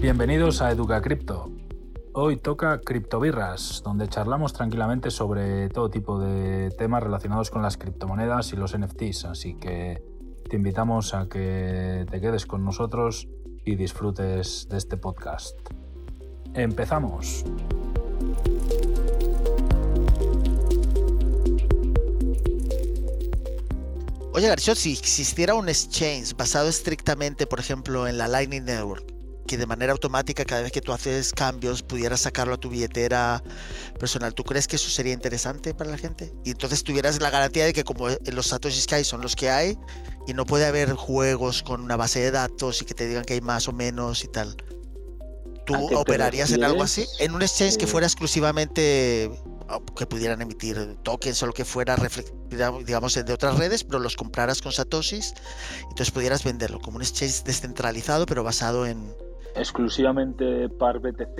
Bienvenidos a Educa Cripto. Hoy toca Criptobirras, donde charlamos tranquilamente sobre todo tipo de temas relacionados con las criptomonedas y los NFTs, así que te invitamos a que te quedes con nosotros y disfrutes de este podcast. ¡Empezamos! Oye, García, si existiera un exchange basado estrictamente, por ejemplo, en la Lightning Network, que de manera automática cada vez que tú haces cambios pudieras sacarlo a tu billetera personal, ¿tú crees que eso sería interesante para la gente? Y entonces tuvieras la garantía de que como los satoshis que hay son los que hay y no puede haber juegos con una base de datos y que te digan que hay más o menos y tal. ¿Tú ¿A qué te operarías en algo así? refieres? En un exchange que fuera exclusivamente que pudieran emitir tokens o lo que fuera, digamos, de otras redes, pero los compraras con satoshis, entonces pudieras venderlo como un exchange descentralizado, pero basado en... ¿Exclusivamente par BTC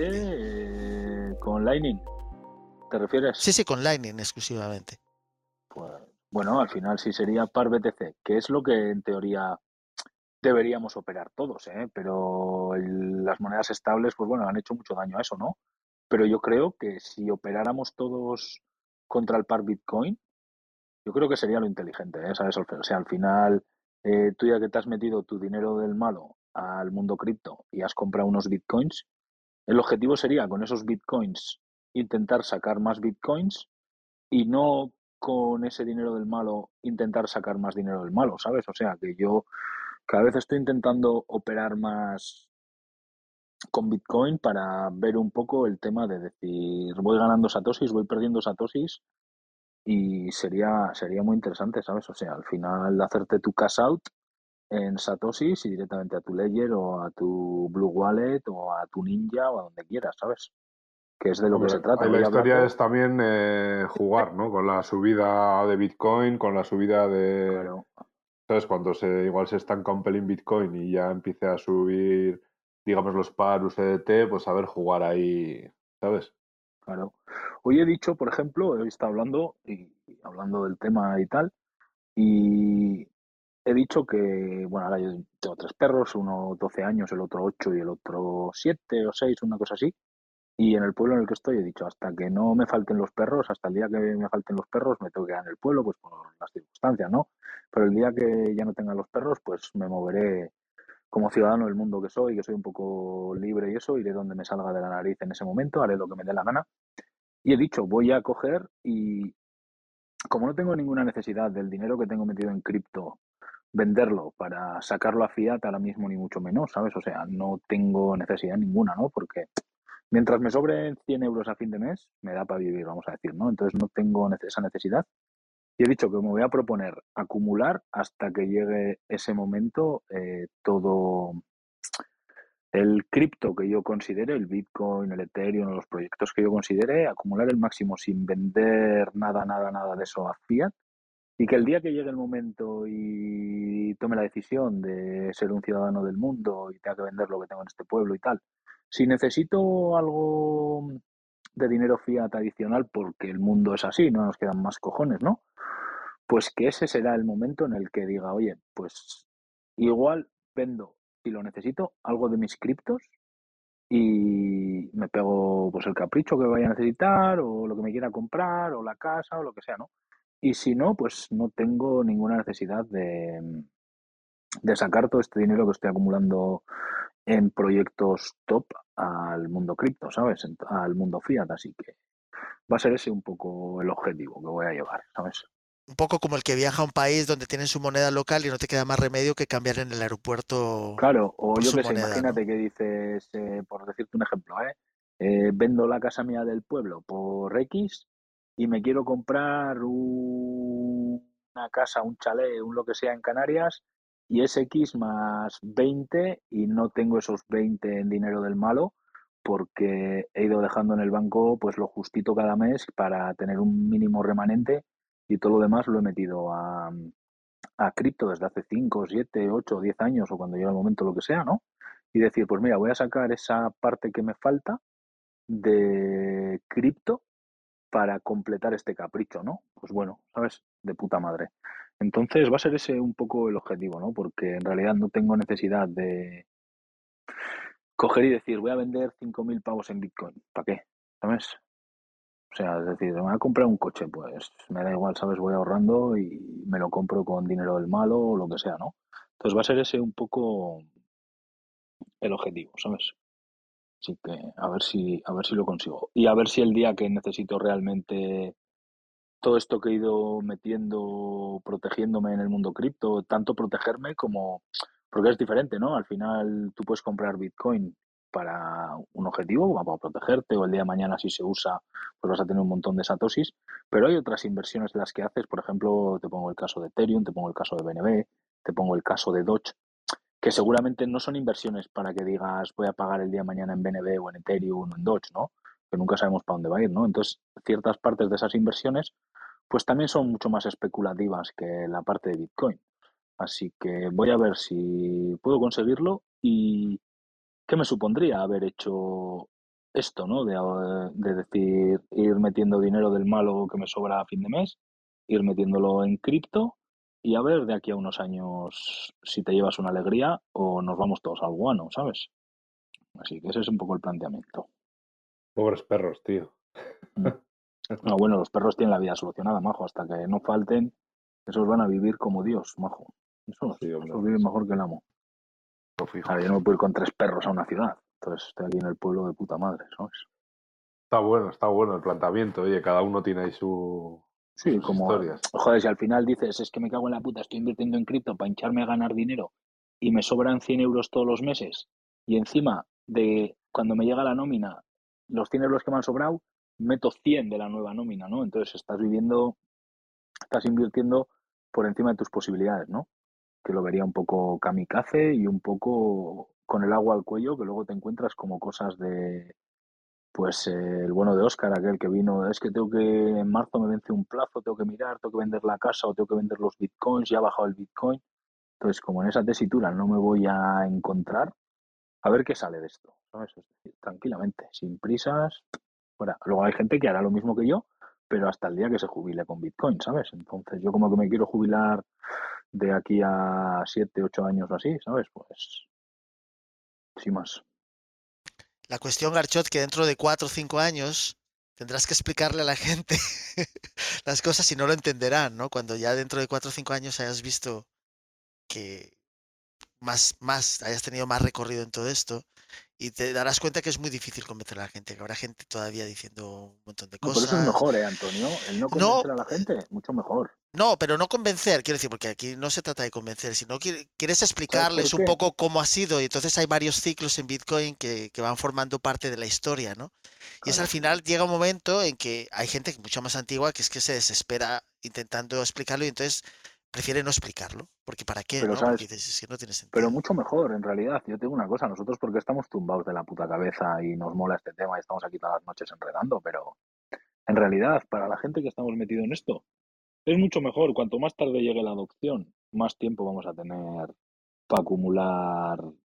con Lightning? ¿Te refieres? Sí, con Lightning exclusivamente. Pues, bueno, al final sí sería par BTC, que es lo que en teoría deberíamos operar todos, ¿eh? Pero las monedas estables, pues bueno, han hecho mucho daño a eso, ¿no? Pero yo creo que si operáramos todos contra el par Bitcoin, yo creo que sería lo inteligente, ¿eh? ¿Sabes? O sea, al final, tú ya que te has metido tu dinero del malo al mundo cripto y has comprado unos Bitcoins, el objetivo sería con esos Bitcoins intentar sacar más Bitcoins y no con ese dinero del malo intentar sacar más dinero del malo, ¿sabes? O sea, que yo cada vez estoy intentando operar más con Bitcoin para ver un poco el tema de decir, voy ganando satoshis, voy perdiendo satoshis y sería muy interesante, ¿sabes? O sea, al final hacerte tu cash out en satoshis y directamente a tu Ledger o a tu Blue Wallet o a tu Ninja o a donde quieras, ¿sabes? Que es de lo que se Hombre, trata. ahí la Voy historia hablando, es también jugar, ¿no? Con la subida de Bitcoin, con la subida de... claro, ¿Sabes? Cuando igual se estanca un pelín Bitcoin y ya empiece a subir, digamos, los par USDT, pues saber jugar ahí, ¿sabes? claro. Hoy he dicho, por ejemplo, hoy está hablando y hablando del tema y tal, y he dicho que, bueno, ahora yo tengo tres perros, uno 12 años, el otro 8 y el otro 7 o 6, una cosa así. Y en el pueblo en el que estoy he dicho, hasta que no me falten los perros, hasta el día que me falten los perros, me tengo que quedar en el pueblo, pues por las circunstancias, ¿no? Pero el día que ya no tenga los perros, pues me moveré como ciudadano del mundo que soy un poco libre y eso, iré donde me salga de la nariz en ese momento, haré lo que me dé la gana. Y he dicho, voy a coger y como no tengo ninguna necesidad del dinero que tengo metido en cripto, venderlo para sacarlo a fiat ahora mismo ni mucho menos, ¿sabes? O sea, no tengo necesidad ninguna, ¿no? Porque mientras me sobren 100 euros a fin de mes, me da para vivir, vamos a decir, ¿no? Entonces no tengo esa necesidad. Y he dicho que me voy a proponer acumular hasta que llegue ese momento todo el cripto que yo considere, el Bitcoin, el Ethereum, los proyectos que yo considere, acumular el máximo sin vender nada de eso a fiat. Y que el día que llegue el momento y tome la decisión de ser un ciudadano del mundo y tenga que vender lo que tengo en este pueblo y tal, si necesito algo de dinero fiat adicional, porque el mundo es así, no nos quedan más cojones, ¿no? Pues que ese será el momento en el que diga, oye, pues igual vendo, si lo necesito, algo de mis criptos y me pego pues el capricho que vaya a necesitar o lo que me quiera comprar o la casa o lo que sea, ¿no? Y si no, pues no tengo ninguna necesidad de sacar todo este dinero que estoy acumulando en proyectos top al mundo cripto, ¿sabes? Al mundo fiat, así que va a ser ese un poco el objetivo que voy a llevar, ¿sabes? Un poco como el que viaja a un país donde tienen su moneda local y no te queda más remedio que cambiar en el aeropuerto Claro, o por yo su qué sé, moneda, ¿no? imagínate que dices, por decirte un ejemplo, vendo la casa mía del pueblo por X y me quiero comprar una casa, un chalet, un lo que sea en Canarias y es X más 20 y no tengo esos 20 en dinero del malo porque he ido dejando en el banco pues lo justito cada mes para tener un mínimo remanente y todo lo demás lo he metido a cripto desde hace 5 7 8 10 años o cuando llegue el momento, lo que sea, ¿no? Y decir, pues mira, voy a sacar esa parte que me falta de cripto para completar este capricho, ¿no? Pues bueno, ¿sabes? De puta madre. Entonces va a ser ese un poco el objetivo, ¿no? Porque en realidad no tengo necesidad coger y decir, voy a vender 5.000 pavos en Bitcoin. ¿Para qué? ¿Sabes? O sea, es decir, me voy a comprar un coche, pues me da igual, ¿sabes? Voy ahorrando y me lo compro con dinero del malo o lo que sea, ¿no? Entonces va a ser ese un poco el objetivo, ¿sabes? Así que a ver si lo consigo. Y a ver si el día que necesito realmente todo esto que he ido metiendo, protegiéndome en el mundo cripto, tanto protegerme como, porque es diferente, ¿no? Al final tú puedes comprar Bitcoin para un objetivo, para protegerte, o el día de mañana si se usa, pues vas a tener un montón de satoshis, pero hay otras inversiones de las que haces, por ejemplo, te pongo el caso de Ethereum, te pongo el caso de BNB, te pongo el caso de Doge, que seguramente no son inversiones para que digas voy a pagar el día de mañana en BNB o en Ethereum o en Doge, ¿no? Que nunca sabemos para dónde va a ir, ¿no? Entonces, ciertas partes de esas inversiones pues también son mucho más especulativas que la parte de Bitcoin. Así que voy a ver si puedo conseguirlo y qué me supondría haber hecho esto, ¿no? De decir, ir metiendo dinero del malo que me sobra a fin de mes, ir metiéndolo en cripto y a ver de aquí a unos años si te llevas una alegría o nos vamos todos al guano, ¿sabes? Así que ese es un poco el planteamiento. Pobres perros, tío. Mm. No, bueno, los perros tienen la vida solucionada, majo, hasta que no falten, esos van a vivir como Dios, majo. Sí, hombre, Esos viven mejor que el amo. lo fijo. Ahora, yo no me puedo ir con 3 perros a una ciudad. Entonces estoy aquí en el pueblo de puta madre, ¿sabes? Está bueno el planteamiento. Oye, cada uno tiene ahí Sí, sus como, historias. joder, si al final dices, es que me cago en la puta, estoy invirtiendo en cripto para hincharme a ganar dinero y me sobran 100 euros todos los meses y encima de cuando me llega la nómina, los 100 euros que me han sobrado, meto 100 de la nueva nómina, ¿no? Entonces estás invirtiendo por encima de tus posibilidades, ¿no? Que lo vería un poco kamikaze y un poco con el agua al cuello, que luego te encuentras como cosas de, pues el bueno de Oscar, aquel que vino, es que tengo que, en marzo me vence un plazo, tengo que mirar, tengo que vender la casa o tengo que vender los bitcoins, ya ha bajado el bitcoin. Entonces, como en esa tesitura no me voy a encontrar, a ver qué sale de esto, ¿sabes? Es decir, tranquilamente, sin prisas, fuera. Luego hay gente que hará lo mismo que yo, pero hasta el día que se jubile con bitcoin, ¿sabes? Entonces, yo como que me quiero jubilar de aquí a 7, 8 años o así, ¿sabes? Pues, sin más. La cuestión, Garchot, que dentro de 4 o 5 años tendrás que explicarle a la gente las cosas y no lo entenderán, ¿no? Cuando ya dentro de 4 o 5 años hayas visto que hayas tenido más recorrido en todo esto y te darás cuenta que es muy difícil convencer a la gente, que habrá gente todavía diciendo un montón de No, pero eso es cosas. mejor, Antonio. El no No, convencer a la gente, mucho mejor. no, pero no convencer, quiero decir, porque aquí no se trata de convencer, sino quieres ¿Sabes por explicarles un qué? poco cómo ha sido, y entonces hay varios ciclos en Bitcoin que van formando parte de la historia, ¿no? Y es al Claro. final llega un momento en que hay gente mucho más antigua que es que se desespera intentando explicarlo y entonces prefiere no explicarlo, porque ¿para qué, Pero, no? Porque ¿sabes? dices, es que no tiene Pero sentido. mucho mejor, en realidad. Yo tengo una cosa, nosotros porque estamos tumbados de la puta cabeza y nos mola este tema y estamos aquí todas las noches enredando, pero en realidad, para la gente que estamos metido en esto, es mucho mejor. Cuanto más tarde llegue la adopción, más tiempo vamos a tener para acumular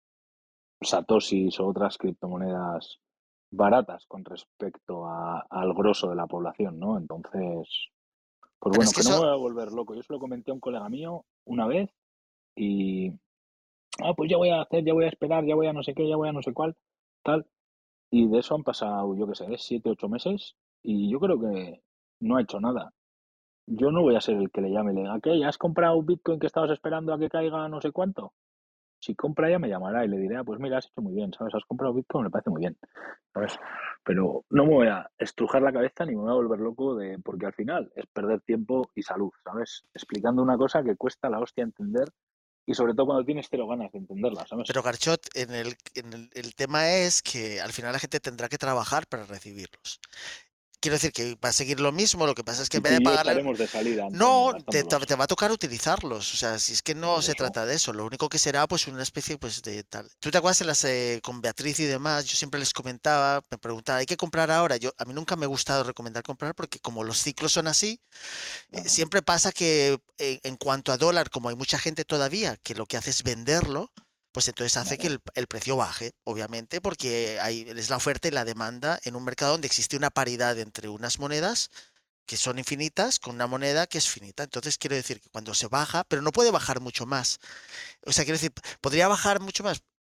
satoshis o otras criptomonedas baratas con respecto al grosso de la población, ¿no? Entonces, pues Pero bueno, es que que no me eso, voy a volver loco. Yo se lo comenté a un colega mío una vez y, pues ya voy a hacer, ya voy a esperar, ya voy a no sé qué, ya voy a no sé cuál, tal. Y de eso han pasado, yo qué sé, 7, 8 meses y yo creo que no ha hecho nada. Yo no voy a ser el que le llame y le diga, ¿qué? ¿Ya has comprado Bitcoin que estabas esperando a que caiga no sé cuánto? Si compra ella me llamará y le diré, pues mira, has hecho muy bien, ¿sabes? Has comprado Bitcoin, me parece muy bien, ¿sabes? Pero no me voy a estrujar la cabeza ni me voy a volver loco porque al final es perder tiempo y salud, ¿sabes? Explicando una cosa que cuesta la hostia entender y sobre todo cuando tienes cero ganas de entenderla, ¿sabes? pero Garchot, el tema es que al final la gente tendrá que trabajar para recibirlos. Quiero decir que va a seguir lo mismo, lo que pasa es que Y en vez tú de y yo pagarle. estaremos de salida, Antonio, No, te gastándolos. va a tocar utilizarlos. O sea, si es que no Por se eso. trata de eso. Lo único que será, pues, una especie, pues, de tal. ¿Tú te acuerdas con Beatriz y demás? Yo siempre les comentaba, me preguntaba, ¿hay que comprar ahora? A mí nunca me ha gustado recomendar comprar porque como los ciclos son así, Claro, siempre pasa que en cuanto a dólar, como hay mucha gente todavía que lo que hace es venderlo, pues entonces hace que claro. el precio baje, obviamente, porque es la oferta y la demanda en un mercado donde existe una paridad entre unas monedas que son infinitas con una moneda que es finita. Entonces quiero decir que cuando se baja, pero no puede bajar mucho más. O sea, quiero decir, podría bajar mucho más.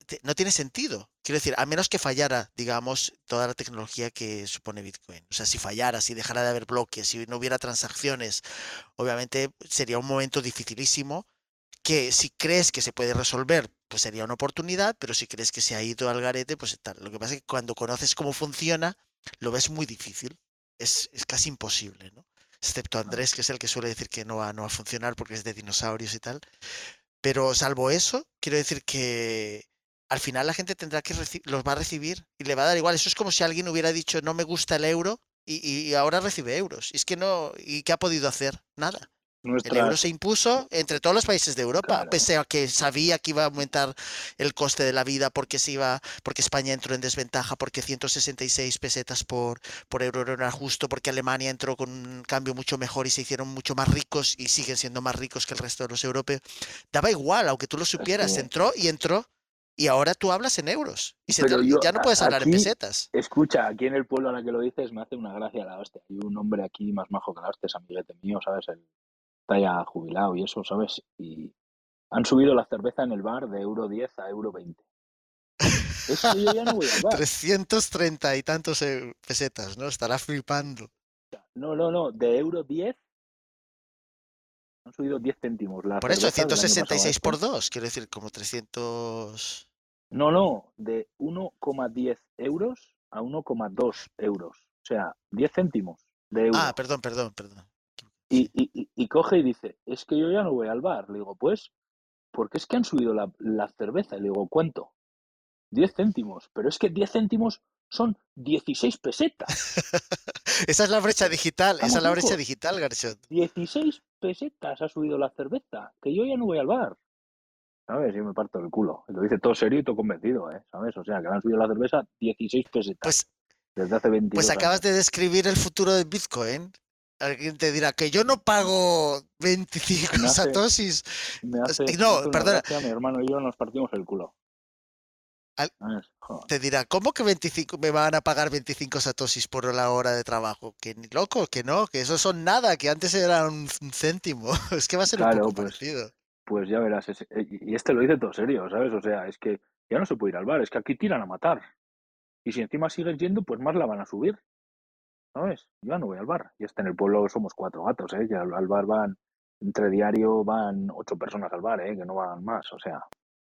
no tiene sentido. Quiero decir, a menos que fallara, digamos, toda la tecnología que supone Bitcoin. O sea, si fallara, si dejara de haber bloques, si no hubiera transacciones, obviamente sería un momento dificilísimo que si crees que se puede resolver, pues sería una oportunidad, pero si crees que se ha ido al garete, pues tal. Lo que pasa es que cuando conoces cómo funciona, lo ves muy difícil. Es casi imposible, ¿no? Excepto Claro. Andrés, que es el que suele decir que no va a funcionar porque es de dinosaurios y tal. Pero salvo eso, quiero decir que al final la gente tendrá que los va a recibir y le va a dar igual. Eso es como si alguien hubiera dicho no me gusta el euro y ahora recibe euros. Y es que no, ¿y qué ha podido hacer? Nada. El euro se Nuestras, impuso entre todos los países de Europa, claro, pese a que sabía que iba a aumentar el coste de la vida porque porque España entró en desventaja, porque 166 pesetas por euro no era justo, porque Alemania entró con un cambio mucho mejor y se hicieron mucho más ricos y siguen siendo más ricos que el resto de los europeos. Daba igual, aunque tú lo es supieras, que, entró y ahora tú hablas en euros pero y yo ya no puedes hablar en aquí, pesetas. escucha, aquí en el pueblo a la que lo dices me hace una gracia la hostia. Hay un hombre aquí más majo que la hostia, es amiguete mío, ¿sabes? Él está ya jubilado y eso, ¿sabes? Y han subido la cerveza en el bar de euro 10 a euro 20. Es que yo ya no voy al bar. 330 y tantos pesetas, ¿no? Estará flipando. No, no, no, de euro 10 han subido 10 céntimos la Por eso, cerveza del año pasado a 166 por este. 2, quiero decir, como 300. No, no, de 1,10 euros a 1,2 euros. O sea, 10 céntimos de Ah, euro. perdón. Y, Sí. y, y coge y dice, es que yo ya no voy al bar. Le digo, pues, porque es que han subido la cerveza. Y le digo, ¿cuánto? 10 céntimos. Pero es que 10 céntimos son 16 pesetas. Esa es la brecha digital, esa es Estamos la brecha locos. digital, Garchot. 16 pesetas ha subido la cerveza. Que yo ya no voy al bar. ¿Sabes? Yo me parto el culo. Y lo dice todo serio y todo convencido, ¿eh? ¿Sabes? O sea, que le han subido la cerveza 16 pesetas Pues, desde hace pues 22 acabas años. de describir el futuro de Bitcoin. Alguien te dirá que yo no pago 25 Me hace, satoshis. me No, hace una perdona. gracia, mi hermano y yo nos partimos el culo. ¿Sabes? Joder. Te dirá, ¿cómo que 25 me van a pagar 25 satoshis por la hora de trabajo? Que ni loco, que no, que eso son nada, que antes era un céntimo. Es que va a ser un poco Claro, parecido. pues ya verás. Y este lo dice todo serio, ¿sabes? O sea, es que ya no se puede ir al bar, es que aquí tiran a matar. Y si encima sigues yendo, pues más la van a subir, ¿sabes? Yo ya no voy al bar. Y este en el pueblo somos 4 gatos, ¿eh? Que al bar van, entre diario van 8 personas al bar, ¿eh? Que no van más, o sea,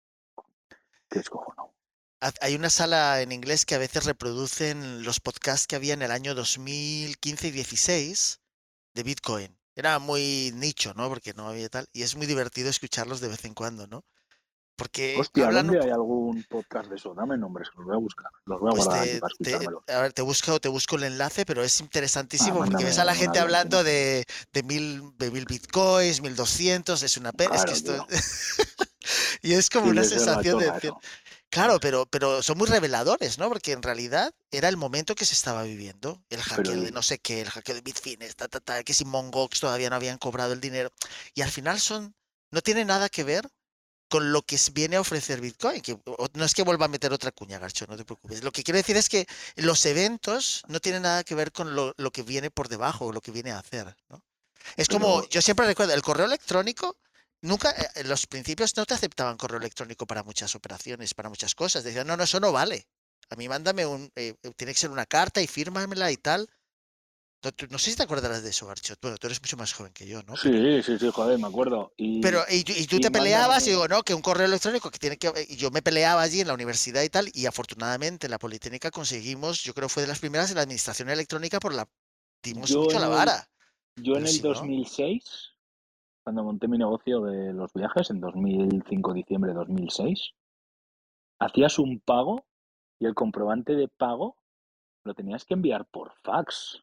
qué escojono. Hay una sala en inglés que a veces reproducen los podcasts que había en el año 2015 y 16 de Bitcoin. Era muy nicho, ¿no? Porque no había tal. Y es muy divertido escucharlos de vez en cuando, ¿no? Porque Hostia, hablan un ¿dónde hay poco. algún podcast de eso? Dame nombres, que los voy a buscar. Los voy a Pues guardar aquí para escuchármelos. a ver, te busco el enlace, pero es Ah, interesantísimo porque ves a mándame la un gente avión si hablando no. de mil bitcoins, 1200, es una pena, es que Claro, esto, tío. y es como Tiene una que ser la sensación de chorra decir, eso. claro, ¿Sabes? pero son muy reveladores, ¿no? Porque en realidad era el momento que se estaba viviendo, el Pero hackeo de no sé qué, el hackeo de Bitfinex, que si Mongox todavía no habían cobrado el dinero, y al final no tiene nada que ver con lo que viene a ofrecer Bitcoin. Que no es que vuelva a meter otra cuña, Garcho, no te preocupes. Lo que quiero decir es que los eventos no tienen nada que ver con lo que viene por debajo, o lo que viene a hacer, ¿no? Es como, pero yo siempre recuerdo, el correo electrónico, nunca, en los principios no te aceptaban correo electrónico para muchas operaciones, para muchas cosas. Decían, no, eso no vale. A mí mándame tiene que ser una carta y fírmamela y tal. No, no sé si te acordarás de eso, Garcho. Bueno, tú eres mucho más joven que yo, ¿no? sí, sí, sí, joder, me acuerdo. Y tú Y te peleabas y mándame. digo, no, que un correo electrónico que tiene que. Y yo me peleaba allí en la universidad y tal, y afortunadamente en la Politécnica conseguimos, yo creo que fue de las primeras en la administración electrónica, dimos Yo mucho en la el, vara. yo en Pero el si no, 2006, cuando monté mi negocio de los viajes, en 2005, diciembre de 2006, hacías un pago y el comprobante de pago lo tenías que enviar por fax.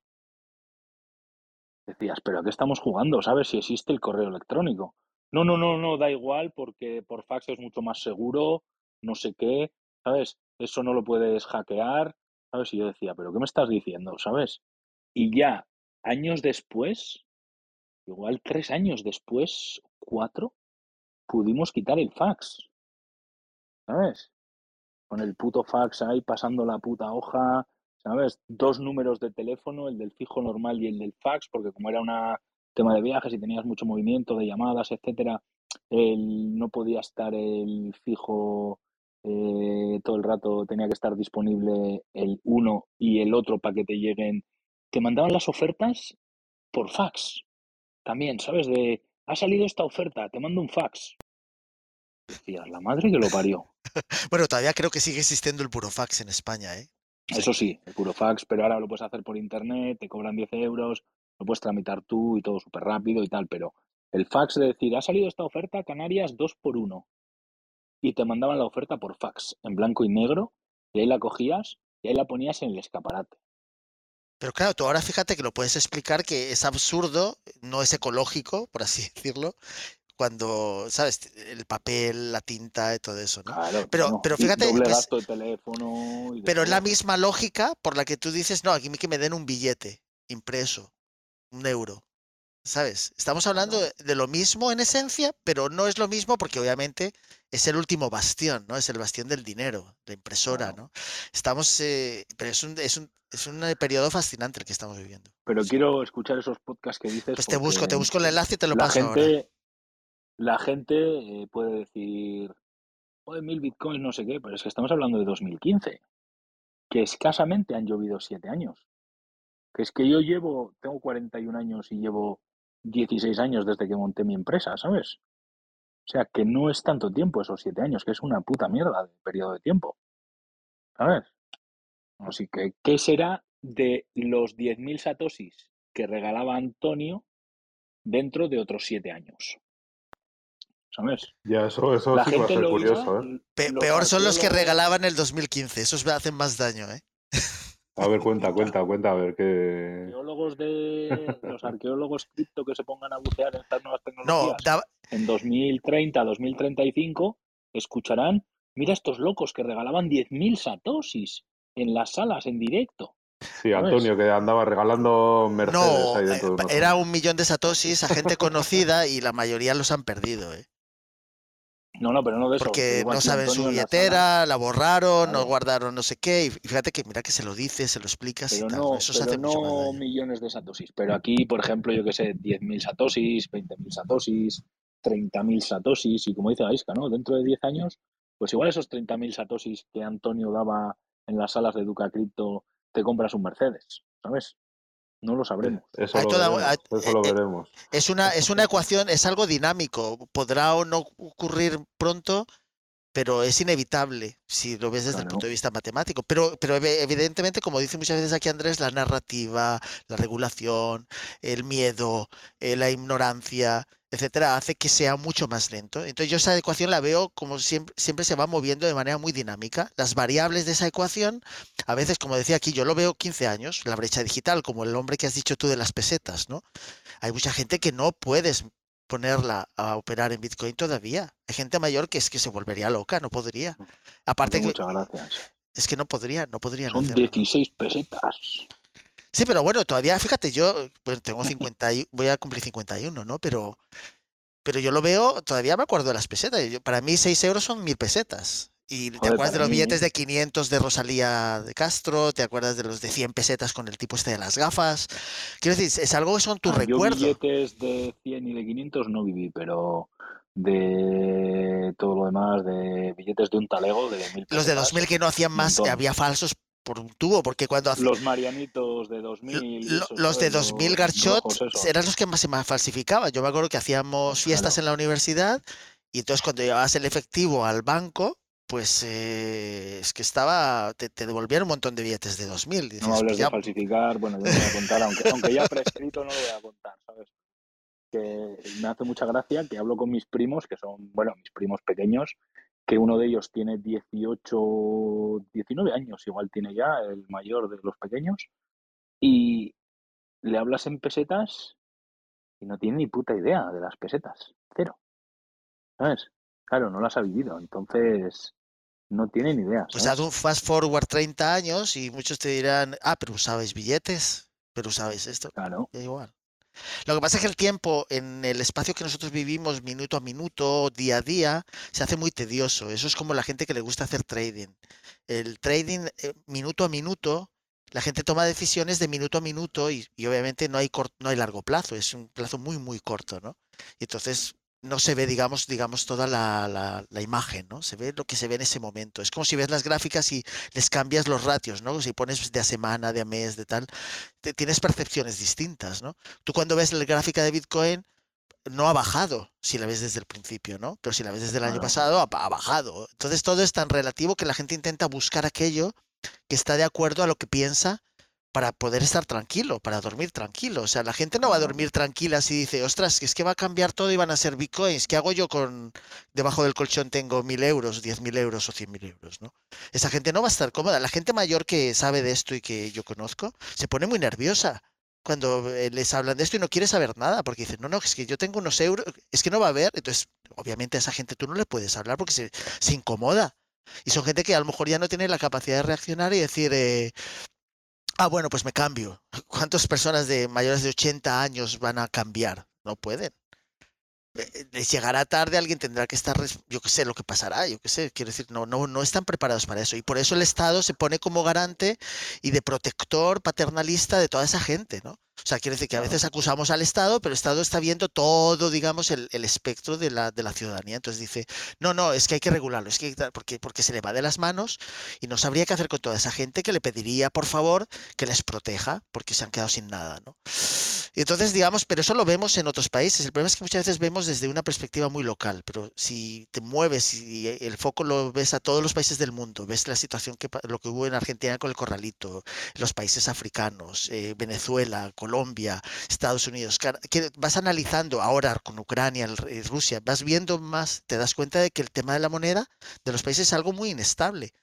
Decías, pero ¿a qué estamos jugando? ¿Sabes si existe el correo electrónico? No, no, no, no, da igual porque por fax es mucho más seguro, no sé qué, ¿sabes? Eso no lo puedes hackear, ¿sabes? Y yo decía, pero ¿qué me estás diciendo? ¿Sabes? Y ya años después, igual 3 años después, 4, pudimos quitar el fax, ¿sabes? Con el puto fax ahí pasando la puta hoja, ¿sabes? 2 números de teléfono, el del fijo normal y el del fax, porque como era un tema de viajes y tenías mucho movimiento de llamadas, etcétera, no podía estar el fijo todo el rato tenía que estar disponible el uno y el otro para que te lleguen. Te mandaban las ofertas por fax también, ¿sabes? Ha salido esta oferta, te mando un fax. Decías, la madre que lo parió. Bueno, todavía creo que sigue existiendo el burofax en España, ¿eh? O sea Eso que... sí, el puro fax, pero ahora lo puedes hacer por internet, te cobran 10 euros, lo puedes tramitar tú y todo súper rápido y tal, pero el fax de decir, ha salido esta oferta Canarias 2 por 1 y te mandaban la oferta por fax en blanco y negro y ahí la cogías y ahí la ponías en el escaparate. Pero claro, tú ahora fíjate que lo puedes explicar que es absurdo, no es ecológico, por así decirlo, cuando, ¿sabes? El papel, la tinta y todo eso, ¿no? Claro, Pero, bueno, pero y fíjate, doble pues, gasto de teléfono y de pero es la todo. misma lógica por la que tú dices, no, aquí que me den un billete impreso, 1 euro, ¿sabes? Estamos hablando Claro, de lo mismo en esencia, pero no es lo mismo porque obviamente es el último bastión, ¿no? Es el bastión del dinero, la impresora, claro. ¿no? Estamos, pero es un periodo fascinante el que estamos viviendo. Pero Sí. quiero escuchar esos podcasts que dices Pues te porque busco el enlace y te lo la paso ahora. gente, la gente puede decir, joder, 1000 bitcoins, no sé qué, pero es que estamos hablando de 2015, que escasamente han llovido 7 años. Que es que tengo 41 años y llevo 16 años desde que monté mi empresa, ¿sabes? O sea, que no es tanto tiempo esos 7 años, que es una puta mierda de periodo de tiempo, ¿sabes? Así que, ¿qué será de los 10.000 satoshis que regalaba Antonio dentro de otros 7 años? ¿Sabes? Ya, eso La sí que va a gente ser lo iba, curioso, ¿eh? los Peor son los que arqueólogos, regalaban el 2015, esos me hacen más daño, ¿eh? A ver, cuenta, escucha, cuenta, cuenta, a ver qué... los arqueólogos cripto que se pongan a bucear en estas nuevas No, tecnologías en 2030, 2035, escucharán, mira estos locos que regalaban 10.000 satoshis en las salas en directo, Sí, ¿sabes? Antonio, que andaba regalando Mercedes no, ahí dentro de unos era años. 1 millón de satoshis a gente conocida y la mayoría los han perdido, ¿eh? No, no, pero no de eso. Te Porque digo no aquí saben su Antonio en las salas, billetera, la borraron, no claro. guardaron no sé qué, y fíjate que mira que se lo dices, se lo explicas y tal, ¿no? Eso se Pero hace mucho más no daño. millones de satoshis. Pero aquí, por ejemplo, yo que sé, 10.000 satoshis, 20.000 satoshis, 30.000 satoshis, y como dice Aiska, ¿no? Dentro de 10 años, pues igual esos 30.000 satoshis que Antonio daba en las salas de Educa Cripto, te compras un Mercedes, ¿sabes? No lo sabremos. Eso Hay lo toda, veremos, eso lo veremos. es una ecuación, es algo dinámico, podrá o no ocurrir pronto, pero es inevitable si lo ves desde el punto Claro, de vista matemático. Pero evidentemente, como dice muchas veces aquí Andrés, la narrativa, la regulación, el miedo, la ignorancia, etcétera, hace que sea mucho más lento. Entonces yo esa ecuación la veo como siempre se va moviendo de manera muy dinámica. Las variables de esa ecuación, a veces, como decía aquí, yo lo veo 15 años, la brecha digital, como el hombre que has dicho tú de las pesetas, ¿no? Hay mucha gente que no puedes ponerla a operar en Bitcoin todavía. Hay gente mayor que es que se volvería loca, no podría. hace Aparte que muchas gracias. es que no podrían Son hacerlo, ¿no? 16 pesetas. Sí, pero bueno, todavía, fíjate, yo pues tengo 50 voy a cumplir 51, ¿no? Pero yo lo veo, todavía me acuerdo de las pesetas. Para mí 6 euros son 1.000 pesetas. Y te Joder, acuerdas de para los billetes mí, de 500 de Rosalía de Castro, te acuerdas de los de 100 pesetas con el tipo este de las gafas. Quiero decir, es algo que son tu yo recuerdo. billetes de 100 y de 500 no viví, pero de todo lo demás, de billetes de un talego de 1.000 Los de 2000 pesetas, que no hacían un más, montón. había falsos por un tubo, porque Los marianitos de 2000 y esos, los ¿sabes? de 2000 Los Garchot rojos esos. eran los que más se más falsificaban. Yo me acuerdo que hacíamos fiestas Claro, en la universidad y entonces cuando llevabas el efectivo al banco, pues es que te devolvían un montón de billetes de 2000. Y no me decías, pues hables de ya, falsificar, bueno, yo no voy a contar, aunque ya prescrito no lo voy a contar, ¿sabes? Que me hace mucha gracia que hablo con mis primos, que son, bueno, mis primos pequeños, que uno de ellos tiene 18, 19 años, igual tiene ya el mayor de los pequeños, y le hablas en pesetas y no tiene ni puta idea de las pesetas, cero, ¿sabes? Claro, no las ha vivido, entonces no tiene ni idea, pues haz ¿sabes? un fast forward 30 años y muchos te dirán, pero usabais billetes, pero usabais esto. Claro, Da igual. Lo que pasa es que el tiempo en el espacio que nosotros vivimos, minuto a minuto, día a día, se hace muy tedioso. Eso es como la gente que le gusta hacer trading. El trading, minuto a minuto, la gente toma decisiones de minuto a minuto y obviamente no hay largo plazo, es un plazo muy, muy corto, ¿no? Y entonces no se ve, digamos, toda la imagen, ¿no? Se ve lo que se ve en ese momento. Es como si ves las gráficas y les cambias los ratios, ¿no? Si pones de a semana, de a mes, de tal, tienes percepciones distintas, ¿no? Tú cuando ves la gráfica de Bitcoin, no ha bajado, si la ves desde el principio, ¿no? Pero si la ves desde el año Claro. pasado, ha bajado. Entonces todo es tan relativo que la gente intenta buscar aquello que está de acuerdo a lo que piensa para poder estar tranquilo, para dormir tranquilo. O sea, la gente no va a Claro. dormir tranquila si dice, ostras, que es que va a cambiar todo y van a ser bitcoins. ¿Qué hago yo con debajo del colchón tengo 1.000 euros, 10.000 euros o 100.000 euros, ¿no? Esa gente no va a estar cómoda. La gente mayor que sabe de esto y que yo conozco se pone muy nerviosa cuando les hablan de esto y no quiere saber nada porque dicen, no, no, es que yo tengo unos euros, es que no va a haber. Entonces, obviamente a esa gente tú no le puedes hablar porque se incomoda. Y son gente que a lo mejor ya no tiene la capacidad de reaccionar y decir, bueno, pues me cambio. ¿Cuántas personas de mayores de 80 años van a cambiar? No pueden. Les llegará tarde, alguien tendrá que estar, yo qué sé, lo que pasará, yo qué sé, quiero decir, no están preparados para eso. Y por eso el Estado se pone como garante y de protector paternalista de toda esa gente, ¿no? O sea, quiero decir que a Claro. veces acusamos al Estado, pero el Estado está viendo todo, digamos, el espectro de la ciudadanía. Entonces dice, no, es que hay que regularlo, es que porque se le va de las manos y no sabría qué hacer con toda esa gente que le pediría, por favor, que les proteja, porque se han quedado sin nada, ¿no? Y entonces, digamos, pero eso lo vemos en otros países. El problema es que muchas veces vemos desde una perspectiva muy local, pero si te mueves y el foco lo ves a todos los países del mundo, ves la situación lo que hubo en Argentina con el corralito, los países africanos, Venezuela, Colombia, Estados Unidos, que vas analizando ahora con Ucrania, Rusia, vas viendo más, te das cuenta de que el tema de la moneda de los países es algo muy inestable.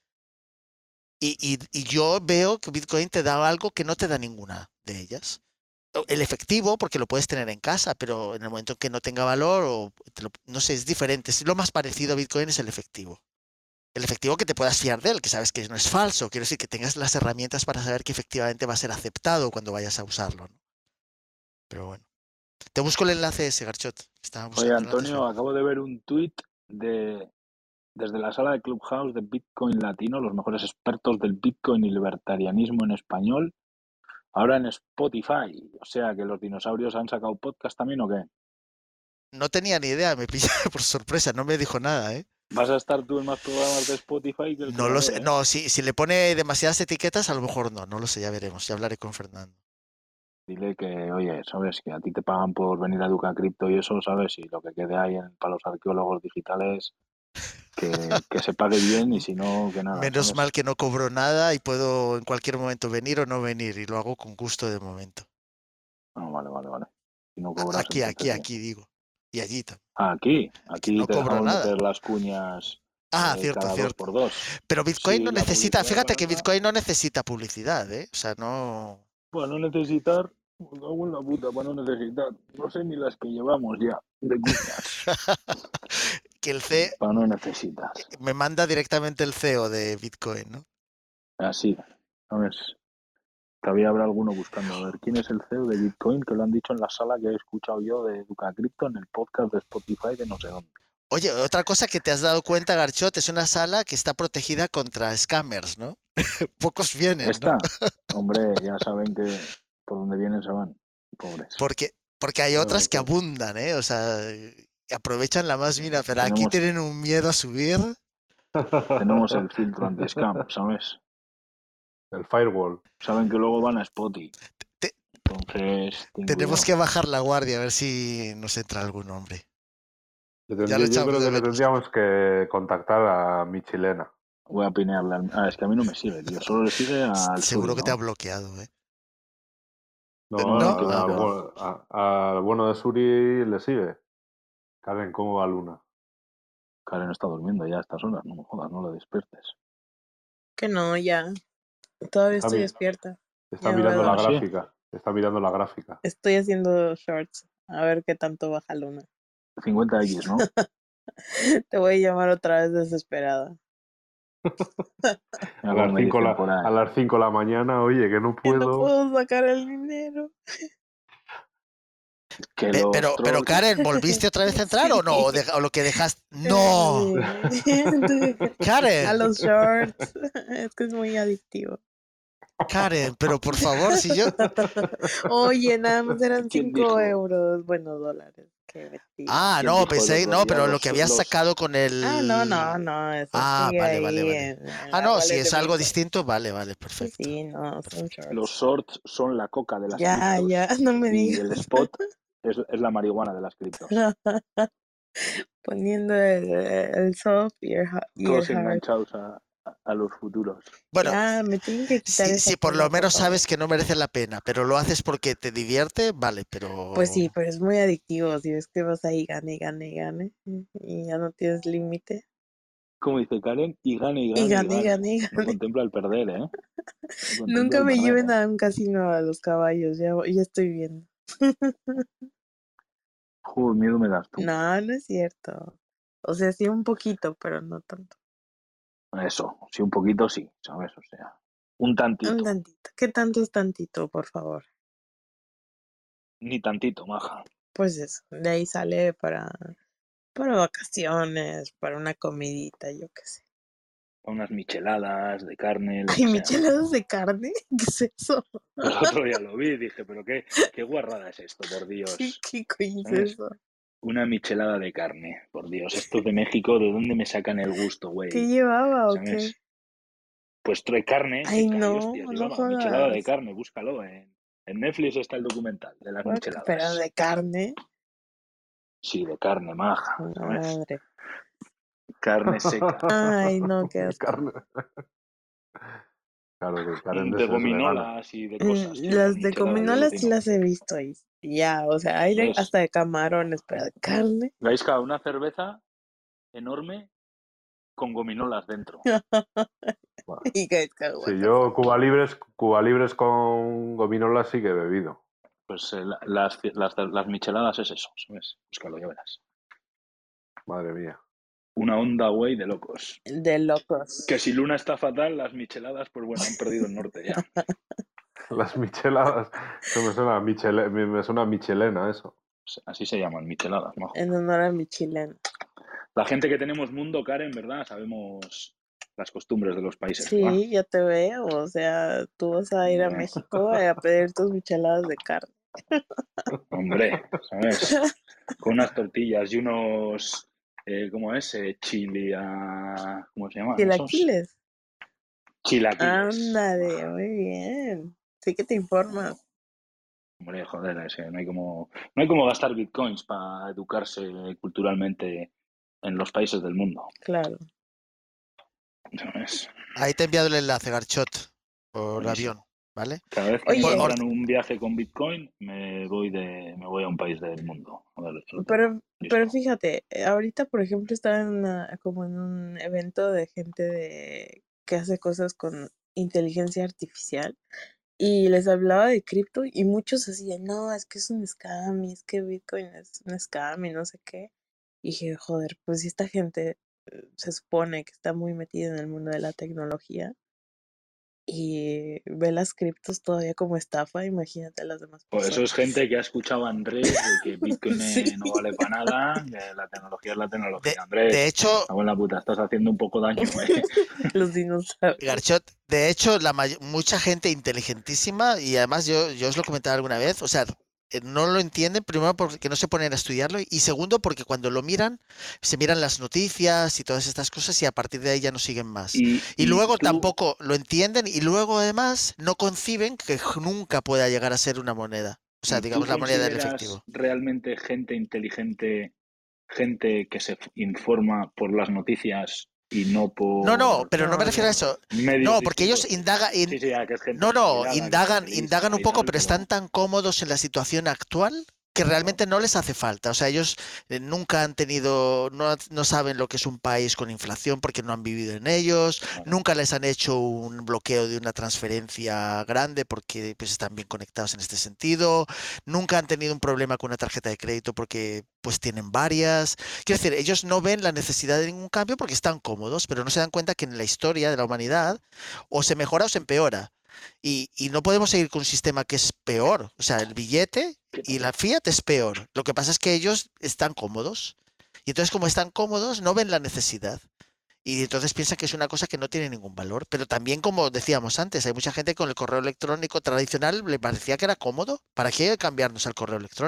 Y yo veo que Bitcoin te da algo que no te da ninguna de ellas. El efectivo, porque lo puedes tener en casa, pero en el momento que no tenga valor, no sé, es diferente. Lo más parecido a Bitcoin es el efectivo. El efectivo que te puedas fiar de él, que sabes que no es falso. Quiero decir que tengas las herramientas para saber que efectivamente va a ser aceptado cuando vayas a usarlo, ¿no? Pero bueno. Te busco el enlace ese, Garchot. Estaba Oye, buscando el enlace. Antonio, acabo de ver un tuit desde la sala de Clubhouse de Bitcoin Latino, los mejores expertos del Bitcoin y libertarianismo en español, ahora en Spotify. O sea, que los dinosaurios han sacado podcast también, ¿o qué? No tenía ni idea, me pilla por sorpresa, no me dijo nada, ¿eh? Vas a estar tú en más programas de Spotify que el No lo sé, creador, ¿eh? no, si le pone demasiadas etiquetas, a lo mejor no lo sé, ya veremos, ya hablaré con Fernando. Dile que, oye, sabes que a ti te pagan por venir a Educa Cripto y eso, ¿sabes? Y lo que quede ahí para los arqueólogos digitales, que se pague bien y si no, que nada, Menos ¿sabes? mal que no cobro nada y puedo en cualquier momento venir o no venir y lo hago con gusto de momento. No, vale, vale, vale. Si no cobras, entonces bien. Aquí digo. Y allí también. Que Aquí no te cobro dejamos nada. meter las cuñas Cierto, cada dos cierto. por dos. Pero Bitcoin Si no la necesita, publicidad es fíjate que barata, Bitcoin no necesita publicidad, ¿eh? O sea, no. bueno, necesitar, me cago en la puta, para no necesitar, no sé ni las que llevamos ya de cuñas, Que el C para no necesitas. me manda directamente el CEO de Bitcoin, ¿no? Así, ¿sabes? Todavía habrá alguno buscando a ver quién es el CEO de Bitcoin, que lo han dicho en la sala que he escuchado yo de Educa Cripto en el podcast de Spotify de no sé dónde. Oye, otra cosa que te has dado cuenta, Garchot, es una sala que está protegida contra scammers, ¿no? Pocos vienen, ¿no? Esta, hombre, ya saben que por donde vienen se van, pobres. Porque hay ¿Sabes lo otras que que es? abundan, ¿eh? O sea, aprovechan la más mínima, pero aquí Tenemos, tienen un miedo a subir. tenemos el filtro anti-scam, ¿sabes? El firewall. Saben que luego van a Spotify. Te- Entonces, ten tenemos cuidado. que bajar la guardia a ver si nos entra algún hombre. Ya lo Yo echamos creo de que le menos. tendríamos que contactar a mi chilena. Voy a pinearle. Es que a mí no me sigue, tío. Solo le sigue al Seguro Suri, que te ha ¿no? bloqueado, ¿eh? No, No, no, que ¿No? va, Ah, que va. bueno. al bueno de Suri le sigue. Karen, ¿cómo va Luna? Karen está durmiendo ya a estas horas. No me jodas, no lo despiertes. Que no, ya. Todavía Está, estoy mi- despierta. está Ya me voy a mirando la Ah, dormir. sí. gráfica. Está mirando la gráfica. Estoy haciendo shorts. A ver qué tanto baja Luna. 50X, ¿no? Te voy a llamar otra vez desesperada. Mira cómo me dicen por ahí. A las 5 de la mañana, oye, que no Que no puedo. puedo sacar el dinero. Que los Pero trolls. Karen, ¿volviste otra vez a entrar o no? Sí. O lo que dejaste. ¡No! A Karen, los shorts. Es que es muy adictivo. Karen, pero por favor, si yo. Oye, nada más eran ¿Quién 5 dijo? euros. Bueno, dólares. Qué mentira. Ah, ¿Quién no, dijo el pensé, otro no, día pero lo los, que habías los, sacado con el... No, eso Ah, sigue vale, vale, ahí vale. en Ah, la no, si wallet de es algo Bitcoin. distinto, vale, Sí, perfecto. no, son Perfecto. los shorts. shorts son la coca de las Ya, criptos no me y digas. el spot es la marihuana de las criptos. Poniendo el soft y el Todos hard. enganchados a los futuros. Bueno, Ya, me tienen que quitar esa si por lo pena, por menos favor. sabes que no merece la pena, pero lo haces porque te divierte, vale, Pues sí, pero... pero es muy adictivo. Si ves que vas ahí, gane, gane, gane, y ya no tienes límite. Como dice Karen, y gane, y Y gane, y gane, gane. gane, No gane. contempla el perder, ¿eh? No contempla Nunca el me perder, lleven ¿eh? a un casino a los caballos, ya estoy viendo. Joder, miedo me das tú. No, no es cierto. O sea, sí un poquito, pero no tanto. Eso, sí, un poquito sí, ¿sabes? O sea, un Un tantito, tantito. ¿Qué tanto es tantito, por favor? ni tantito, maja. Pues eso, de ahí sale para vacaciones, para una comidita, yo qué sé. Unas micheladas de carne, lo Ay, que sea. micheladas de carne, ¿qué es eso? El otro día lo vi y dije, pero qué guarrada es esto, por Dios. ¿Qué coño es ¿Sabes? eso? Una michelada de carne, por Dios. Estos de México, ¿de dónde me sacan el gusto, ¿Qué güey? llevaba o qué? ¿Sabes? Pues trae carne, Ay, ¿qué hay, no, hostias? no Llevaba michelada de jodas. carne, búscalo. En Netflix está el documental de las Pero micheladas. de carne, Sí, de carne maja, ¿sabes? madre. Carne seca. Ay, no, qué asco. Carne. Claro que Karen De es vegana. gominolas y de cosas, tío. Las Las de micheladas, yo gominolas sí alucino. las he visto ahí. Ya, o sea, hay ¿Ves? hasta de camarones, pero de carne. Gaiska, una cerveza enorme con gominolas dentro. Bueno, Y que si what the yo fuck. Cuba Libres con gominolas sí que he bebido. Pues las micheladas es eso, ¿sabes? Búscalo, ya verás. Madre mía. Una onda, güey, de locos. De locos. Que si Luna está fatal, las micheladas, pues bueno, han perdido el norte ya. Las micheladas. Eso me suena a michelena, eso. Así se llaman, micheladas, majo. En honor a mi chileno. La gente que tenemos mundo, Karen, ¿verdad? Sabemos las costumbres de los países, ¿verdad? Sí, ya te veo. O sea, tú vas a ir a México a pedir tus micheladas de carne. Hombre, ¿sabes? Con unas tortillas y unos, ¿cómo es? ¿Cómo se llaman esos? Chilaquiles. Chilaquiles. Ándale, muy bien. Sí que te informas. Hombre, joder, es que no hay como gastar bitcoins para educarse culturalmente en los países del mundo, Claro. ¿sabes? Ahí te he enviado el enlace, Garchot, por Buenísimo. avión, ¿vale? Cada vez que me Oye, compran un viaje con bitcoin, me voy a un país del mundo. A ver, lo tengo pero listo. fíjate, ahorita, por ejemplo, estaba como en un evento de gente que hace cosas con inteligencia artificial y les hablaba de cripto y muchos decían, no, es que es un scam y es que Bitcoin es un scam y no sé qué. Y dije, joder, pues si esta gente se supone que está muy metida en el mundo de la tecnología y ve las criptos todavía como estafa, imagínate a las demás Pues eso es personas. gente que ha escuchado a Andrés de que Bitcoin Sí, no vale para nada, que la tecnología es la tecnología. De Andrés, hecho, cago en la puta, estás haciendo un poco daño, ¿eh? los dinosaurios. Garchot, de hecho, mucha gente inteligentísima, y además yo os lo comentaba alguna vez, o sea, no lo entienden, primero porque no se ponen a estudiarlo, y segundo porque cuando lo miran, se miran las noticias y todas estas cosas, y a partir de ahí ya no siguen más. Y Y luego tú, tampoco lo entienden, y luego además no conciben que nunca pueda llegar a ser una moneda. O sea, ¿Y tú digamos la moneda del consideras efectivo. realmente gente inteligente, gente que se informa por las noticias y no No, por pero no me No, refiero a no. eso. medios No, porque ellos distintos? indagan, Sí, sí, que es gente no, espabilada, que está feliz por indagan un ahí y poco, tal, pero están pero tan cómodos en la situación actual que realmente no les hace falta. O sea, ellos nunca han tenido, no saben lo que es un país con inflación porque no han vivido en ellos, claro, nunca les han hecho un bloqueo de una transferencia grande porque pues, están bien conectados en este sentido, nunca han tenido un problema con una tarjeta de crédito porque pues tienen varias. Quiero decir, ellos no ven la necesidad de ningún cambio porque están cómodos, pero no se dan cuenta que en la historia de la humanidad o se mejora o se empeora. Y no podemos seguir con un sistema que es peor. O sea, el billete que y no. la fiat es peor. Lo que pasa es que ellos están cómodos. Y entonces, como están cómodos, no ven la necesidad. Y entonces piensan que es una cosa que no tiene ningún valor. Pero también, como decíamos antes, hay mucha gente con el correo electrónico tradicional le parecía que era cómodo. ¿Para qué cambiarnos al correo electrónico?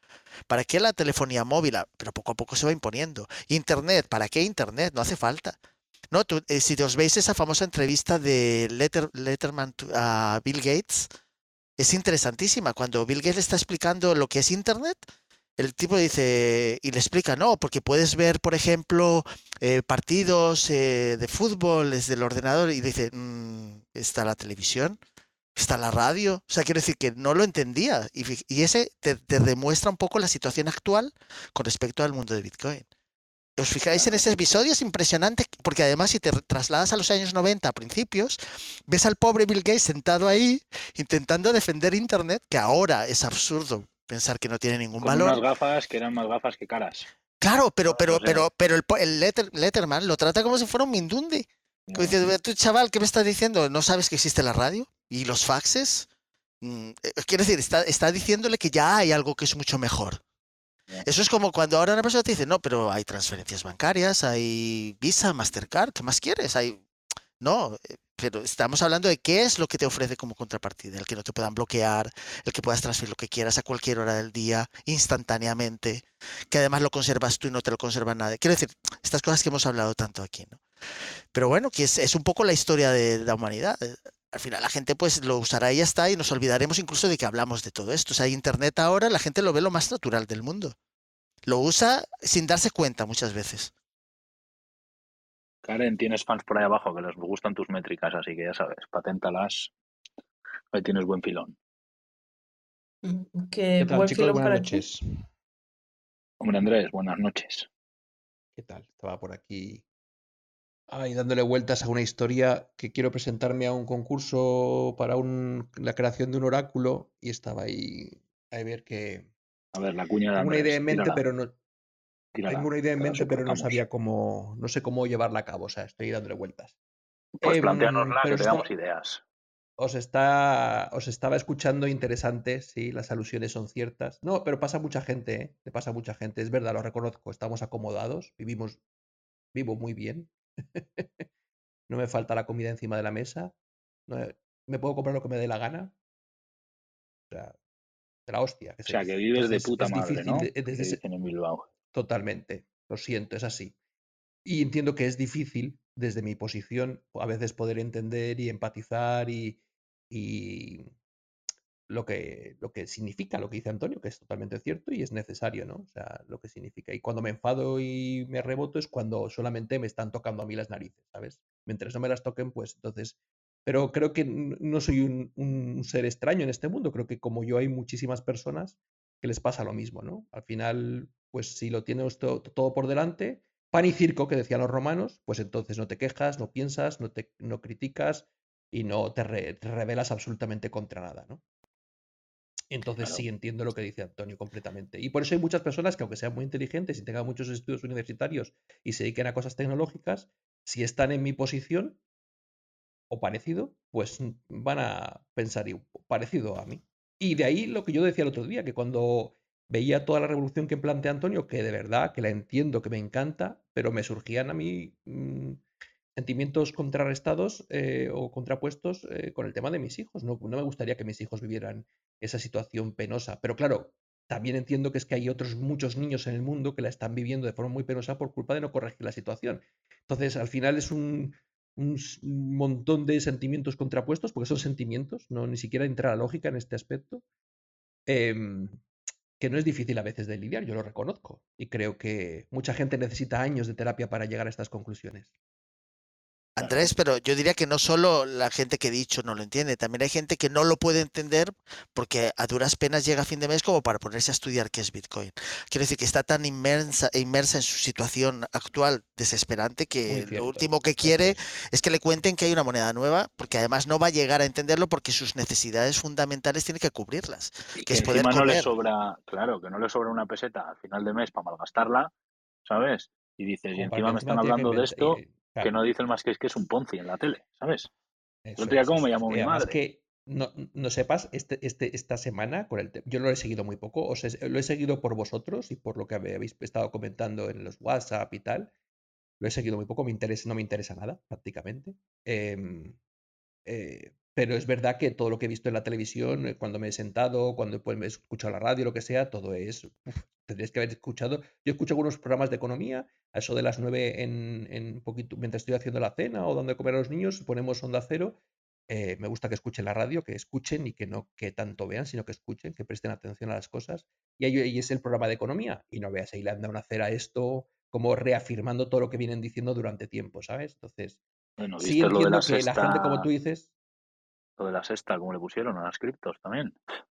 ¿Para qué la telefonía móvil? Pero poco a poco se va imponiendo. Internet, ¿para qué Internet? No hace falta. No, si os veis esa famosa entrevista de Letterman a Bill Gates, es interesantísima. Cuando Bill Gates le está explicando lo que es Internet, el tipo dice, y le explica, no, porque puedes ver, por ejemplo, partidos de fútbol desde el ordenador, y dice, ¿está la televisión? ¿Está la radio? O sea, quiero decir que no lo entendía. Y ese te demuestra un poco la situación actual con respecto al mundo de Bitcoin. ¿Os fijáis en ese episodio? Es impresionante, porque además si te trasladas a los años 90, a principios, ves al pobre Bill Gates sentado ahí intentando defender Internet, que ahora es absurdo pensar que no tiene ningún Con valor. unas gafas que eran más gafas que caras. Claro, pero O sea, el Letterman lo trata como si fuera un mindundi. ya. Dice, tú, chaval, ¿qué me estás diciendo? ¿No sabes que existe la radio? ¿Y los faxes? Quiero decir, está diciéndole que ya hay algo que es mucho mejor. Ya. Eso es como cuando ahora una persona te dice, no, pero hay transferencias bancarias, hay Visa, Mastercard, ¿qué más quieres? No, pero estamos hablando de qué es lo que te ofrece como contrapartida, el que no te puedan bloquear, el que puedas transferir lo que quieras a cualquier hora del día, instantáneamente, que además lo conservas tú y no te lo conserva nadie. Quiero decir, estas cosas que hemos hablado tanto aquí, ¿no? Pero bueno, que es un poco la historia de la humanidad. Al final la gente pues lo usará y ya está, y nos olvidaremos incluso de que hablamos de todo esto. O sea, Internet ahora la gente lo ve lo más natural del mundo. Lo usa sin darse cuenta muchas veces. Karen, tienes fans por ahí abajo que les gustan tus métricas, así que ya sabes, paténtalas. Ahí tienes buen filón. Que ¿Qué tal, buen chicos? filón Buenas para ti. noches. Hombre, Andrés, buenas noches. ¿Qué tal? Estaba por aquí dándole vueltas a una historia que quiero presentarme a un concurso para la creación de un oráculo y estaba ahí a ver que A ver, la cuña de tengo una idea Andrés, en mente, tírala, pero no tírala, tengo una idea en que la mente, pero no soportamos. sabía no sé cómo llevarla a cabo, o sea, estoy dándole vueltas. Pues plantéanosla, Pero que te damos ideas. os estaba escuchando interesante, sí, las alusiones son ciertas. No, pero pasa mucha gente, ¿eh? Le pasa a mucha gente, es verdad, lo reconozco, estamos acomodados, vivo muy bien. No me falta la comida encima de la mesa. Me puedo comprar lo que me dé la gana. O sea, de la hostia que O se sea, que dice. vives de Entonces puta es madre, difícil ¿no? Que dicen en Bilbao. totalmente. Lo siento, es así. Y entiendo que es difícil, desde mi posición, a veces poder entender y empatizar y lo que significa lo que dice Antonio, que es totalmente cierto y es necesario, ¿no? O sea, lo que significa. Y cuando me enfado y me reboto es cuando solamente me están tocando a mí las narices, ¿sabes? Mientras no me las toquen, pues entonces... Pero creo que no soy un ser extraño en este mundo. Creo que como yo hay muchísimas personas que les pasa lo mismo, ¿no? Al final, pues si lo tienes todo por delante, pan y circo, que decían los romanos, pues entonces no te quejas, no piensas, no criticas y no te rebelas absolutamente contra nada, ¿no? Entonces Claro. sí entiendo lo que dice Antonio completamente. Y por eso hay muchas personas que, aunque sean muy inteligentes y tengan muchos estudios universitarios y se dediquen a cosas tecnológicas, si están en mi posición o parecido, pues van a pensar parecido a mí. Y de ahí lo que yo decía el otro día, que cuando veía toda la revolución que plantea Antonio, que de verdad, que la entiendo, que me encanta, pero me surgían a mí sentimientos contrarrestados o contrapuestos con el tema de mis hijos. No me gustaría que mis hijos vivieran esa situación penosa. Pero claro, también entiendo que es que hay otros muchos niños en el mundo que la están viviendo de forma muy penosa por culpa de no corregir la situación. Entonces, al final es un montón de sentimientos contrapuestos, porque son sentimientos, no ni siquiera entra la lógica en este aspecto, que no es difícil a veces de lidiar, yo lo reconozco. Y creo que mucha gente necesita años de terapia para llegar a estas conclusiones. Andrés, pero yo diría que no solo la gente que he dicho no lo entiende, también hay gente que no lo puede entender porque a duras penas llega a fin de mes como para ponerse a estudiar qué es Bitcoin. Quiero decir que está tan inmersa en su situación actual desesperante que lo último que quiere es que le cuenten que hay una moneda nueva, porque además no va a llegar a entenderlo porque sus necesidades fundamentales tiene que cubrirlas, Y que es poder encima no le comer. sobra, claro, que no le sobra una peseta al final de mes para malgastarla, ¿sabes? Y dices, y Como para que encima me encima están tiene que hablando de inventar. esto, que Claro, no dicen más que es un Ponzi en la tele, ¿sabes? El eso otro día, es, ¿cómo me eso es. llamó Y mi además madre? que no sepas, esta semana, yo lo he seguido muy poco, lo he seguido por vosotros y por lo que habéis estado comentando en los WhatsApp y tal. Lo he seguido muy poco, no me interesa nada, prácticamente. Pero es verdad que todo lo que he visto en la televisión, cuando me he sentado, cuando pues, me he escuchado la radio, lo que sea, todo es. Tendrías que haber escuchado. Yo escucho algunos programas de economía, a eso de las 9 en poquito, mientras estoy haciendo la cena o dando de comer a los niños, ponemos Onda Cero. Me gusta que escuchen la radio, que escuchen y que no que tanto vean, sino que escuchen, que presten atención a las cosas. Y ahí es el programa de economía. Y no veas, ahí le han dado una cera a esto, como reafirmando todo lo que vienen diciendo durante tiempo, ¿sabes? Entonces, Bueno, sí ¿viste lo de la entiendo que la gente, como tú sexta, dices. lo de la sexta, cómo le pusieron a las criptos también?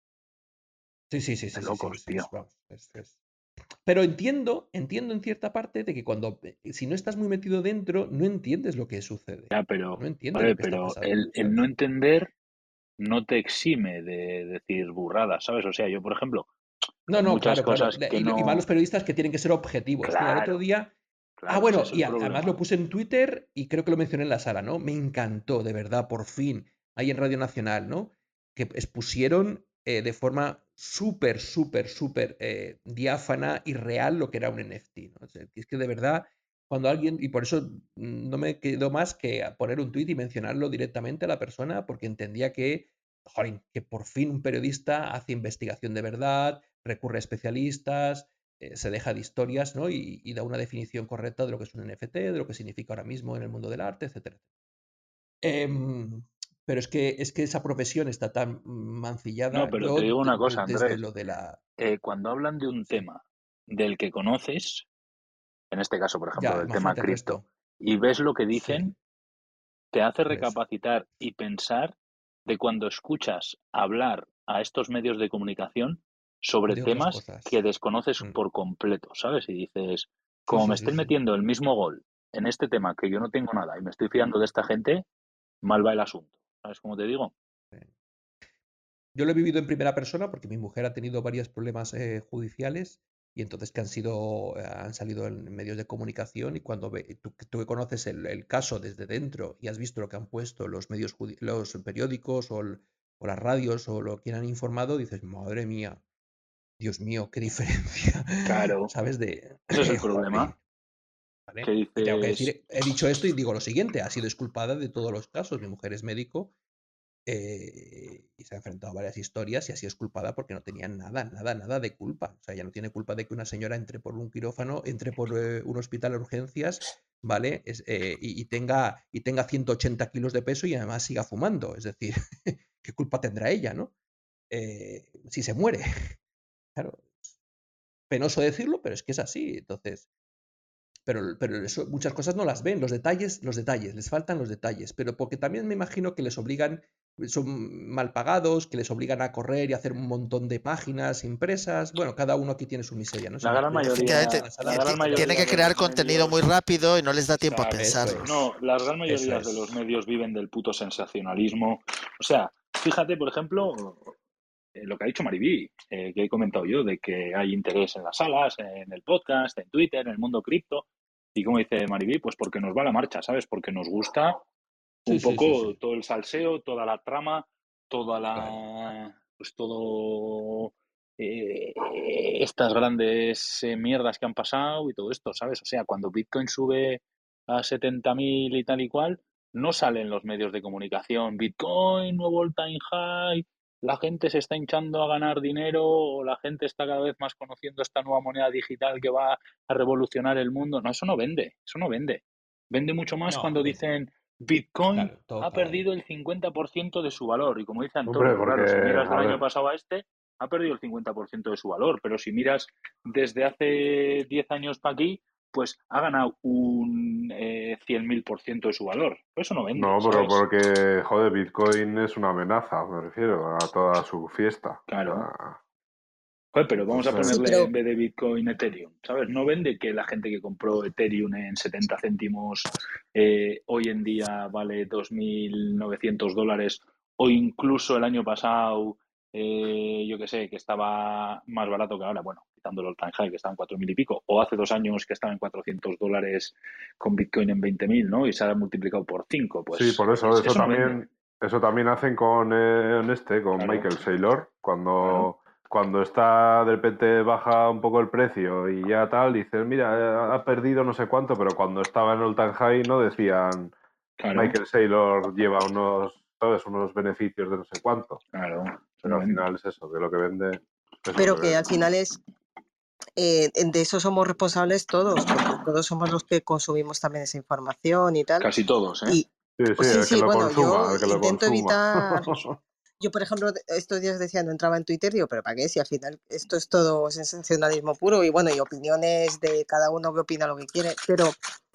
Sí, sí, sí, De sí, sí, sí, locos, tío. vamos, Pero entiendo en cierta parte de que cuando, si no estás muy metido dentro, no entiendes lo que sucede. Ya, pero, No entiendes lo vale, que está pero pasando, el no ¿sabes? entender no te exime de decir burradas, ¿sabes? O sea, yo, por ejemplo, No, hay no, muchas claro, claro. cosas que Y más los no. periodistas que tienen que ser objetivos. Mira, el otro Claro, día. Ah, claro, ese bueno, es y el además lo problema. puse en Twitter y creo que lo mencioné en la sala, ¿no? Me encantó, de verdad, por fin, ahí en Radio Nacional, ¿no? Que expusieron de forma súper, súper, súper diáfana y real lo que era un NFT, ¿no? O sea, que es que de verdad, cuando alguien, y por eso no me quedó más que poner un tuit y mencionarlo directamente a la persona, porque entendía que, jolín, que por fin un periodista hace investigación de verdad, recurre a especialistas, se deja de historias, ¿no? Y da una definición correcta de lo que es un NFT, de lo que significa ahora mismo en el mundo del arte, etcétera. Em, pero es que esa profesión está tan No, mancillada. pero te Yo, digo una cosa, desde Andrés. lo de la. Cuando hablan de un Sí, tema del que conoces, en este caso, por ejemplo, ya, del tema imagínate el cripto, resto. y ves lo que Sí, dicen, te hace por eso. recapacitar y pensar de cuando escuchas hablar a estos medios de comunicación sobre De otras temas que cosas. desconoces Mm. por completo, ¿sabes? Y dices, Sí, como me sí, sí, estén sí. metiendo el mismo gol en este tema que yo no tengo nada y me estoy fiando de esta gente, mal va el asunto. ¿Sabes cómo te digo? Sí. Yo lo he vivido en primera persona porque mi mujer ha tenido varios problemas judiciales y entonces que han salido en medios de comunicación y cuando tú que conoces el caso desde dentro y has visto lo que han puesto los los periódicos o las radios o lo que han informado, dices, madre mía, Dios mío, qué diferencia, Claro, ¿sabes? De, ese es el joder, problema, que ¿vale? Y tengo que dices, decir, he dicho esto y digo lo siguiente, ha sido exculpada de todos los casos, mi mujer es médico y se ha enfrentado a varias historias y ha sido exculpada porque no tenía nada, nada, nada de culpa. O sea, ella no tiene culpa de que una señora entre por un quirófano, entre por un hospital de urgencias, ¿vale? Y tenga 180 kilos de peso y además siga fumando. Es decir, ¿qué culpa tendrá ella, no? Si se muere. Claro, penoso decirlo, pero es que es así. Entonces, pero eso, muchas cosas no las ven, los detalles, les faltan los detalles, pero porque también me imagino que les obligan, son mal pagados, que les obligan a correr y hacer un montón de páginas impresas. Bueno, cada uno aquí tiene su miseria, ¿no? Si la me gran acuerdo que en mayoría, Efectivamente, la la sala gran tiene mayoría que de crear los contenido muy medios, rápido y no les da tiempo a eso pensarlo. es, no, la gran eso mayoría de los es. medios viven del puto sensacionalismo. O sea, fíjate, por ejemplo, lo que ha dicho Mariví, que he comentado yo, de que hay interés en las salas, en el podcast, en Twitter, en el mundo cripto. Y como dice Mariví, pues porque nos va la marcha, ¿sabes? Porque nos gusta Sí, un sí, sí, poco sí, todo el salseo, toda la trama, toda claro. la, pues todo estas grandes mierdas que han pasado y todo esto, ¿sabes? O sea, cuando Bitcoin sube a 70.000 y tal y cual, no salen los medios de comunicación. Bitcoin, nuevo all time high, la gente se está hinchando a ganar dinero o la gente está cada vez más conociendo esta nueva moneda digital que va a revolucionar el mundo. No, eso no vende, eso no vende. Vende mucho más No, cuando dicen Bitcoin claro, ha total. perdido el 50% de su valor. Y como dice Hombre, Antonio, porque, claro, si miras del a año ver, pasado a este, ha perdido el 50% de su valor. Pero si miras desde hace 10 años para aquí, pues ha ganado un 100.000% de su valor. Eso no vende, no, pero ¿sabes? porque, joder, Bitcoin es una amenaza, me refiero, a toda su fiesta. O Claro. sea, Joder, pero vamos a Sí, entonces, ponerle en pero vez de Bitcoin Ethereum, ¿sabes? No vende que la gente que compró Ethereum en 70 céntimos hoy en día vale $2.900 o incluso el año pasado, yo que sé, que estaba más barato que ahora, bueno, quitándolo al time high que estaba en 4.000 y pico, o hace 2 años que estaba en $400 con Bitcoin en 20.000, ¿no? Y se ha multiplicado por 5, sí, pues por eso, eso no vende. eso también hacen con Claro, Michael Saylor, claro. cuando está de repente baja un poco el precio y ya tal, dices, mira, ha perdido no sé cuánto, pero cuando estaba en all time high no decían Claro, Michael Saylor lleva unos ¿sabes? Unos beneficios de no sé cuánto. Claro. Pero al final es eso, que lo que vende es Pero lo que que vende. al final es, de eso somos responsables todos, porque todos somos los que consumimos también esa información y tal. Casi todos, ¿eh? Y Sí, pues el que lo bueno, consuma, yo el que lo intento consuma. evitar. Yo, por ejemplo, estos días decía, no entraba en Twitter, digo, pero ¿para qué? Si al final esto es todo sensacionalismo puro y bueno, y opiniones de cada uno que opina lo que quiere, pero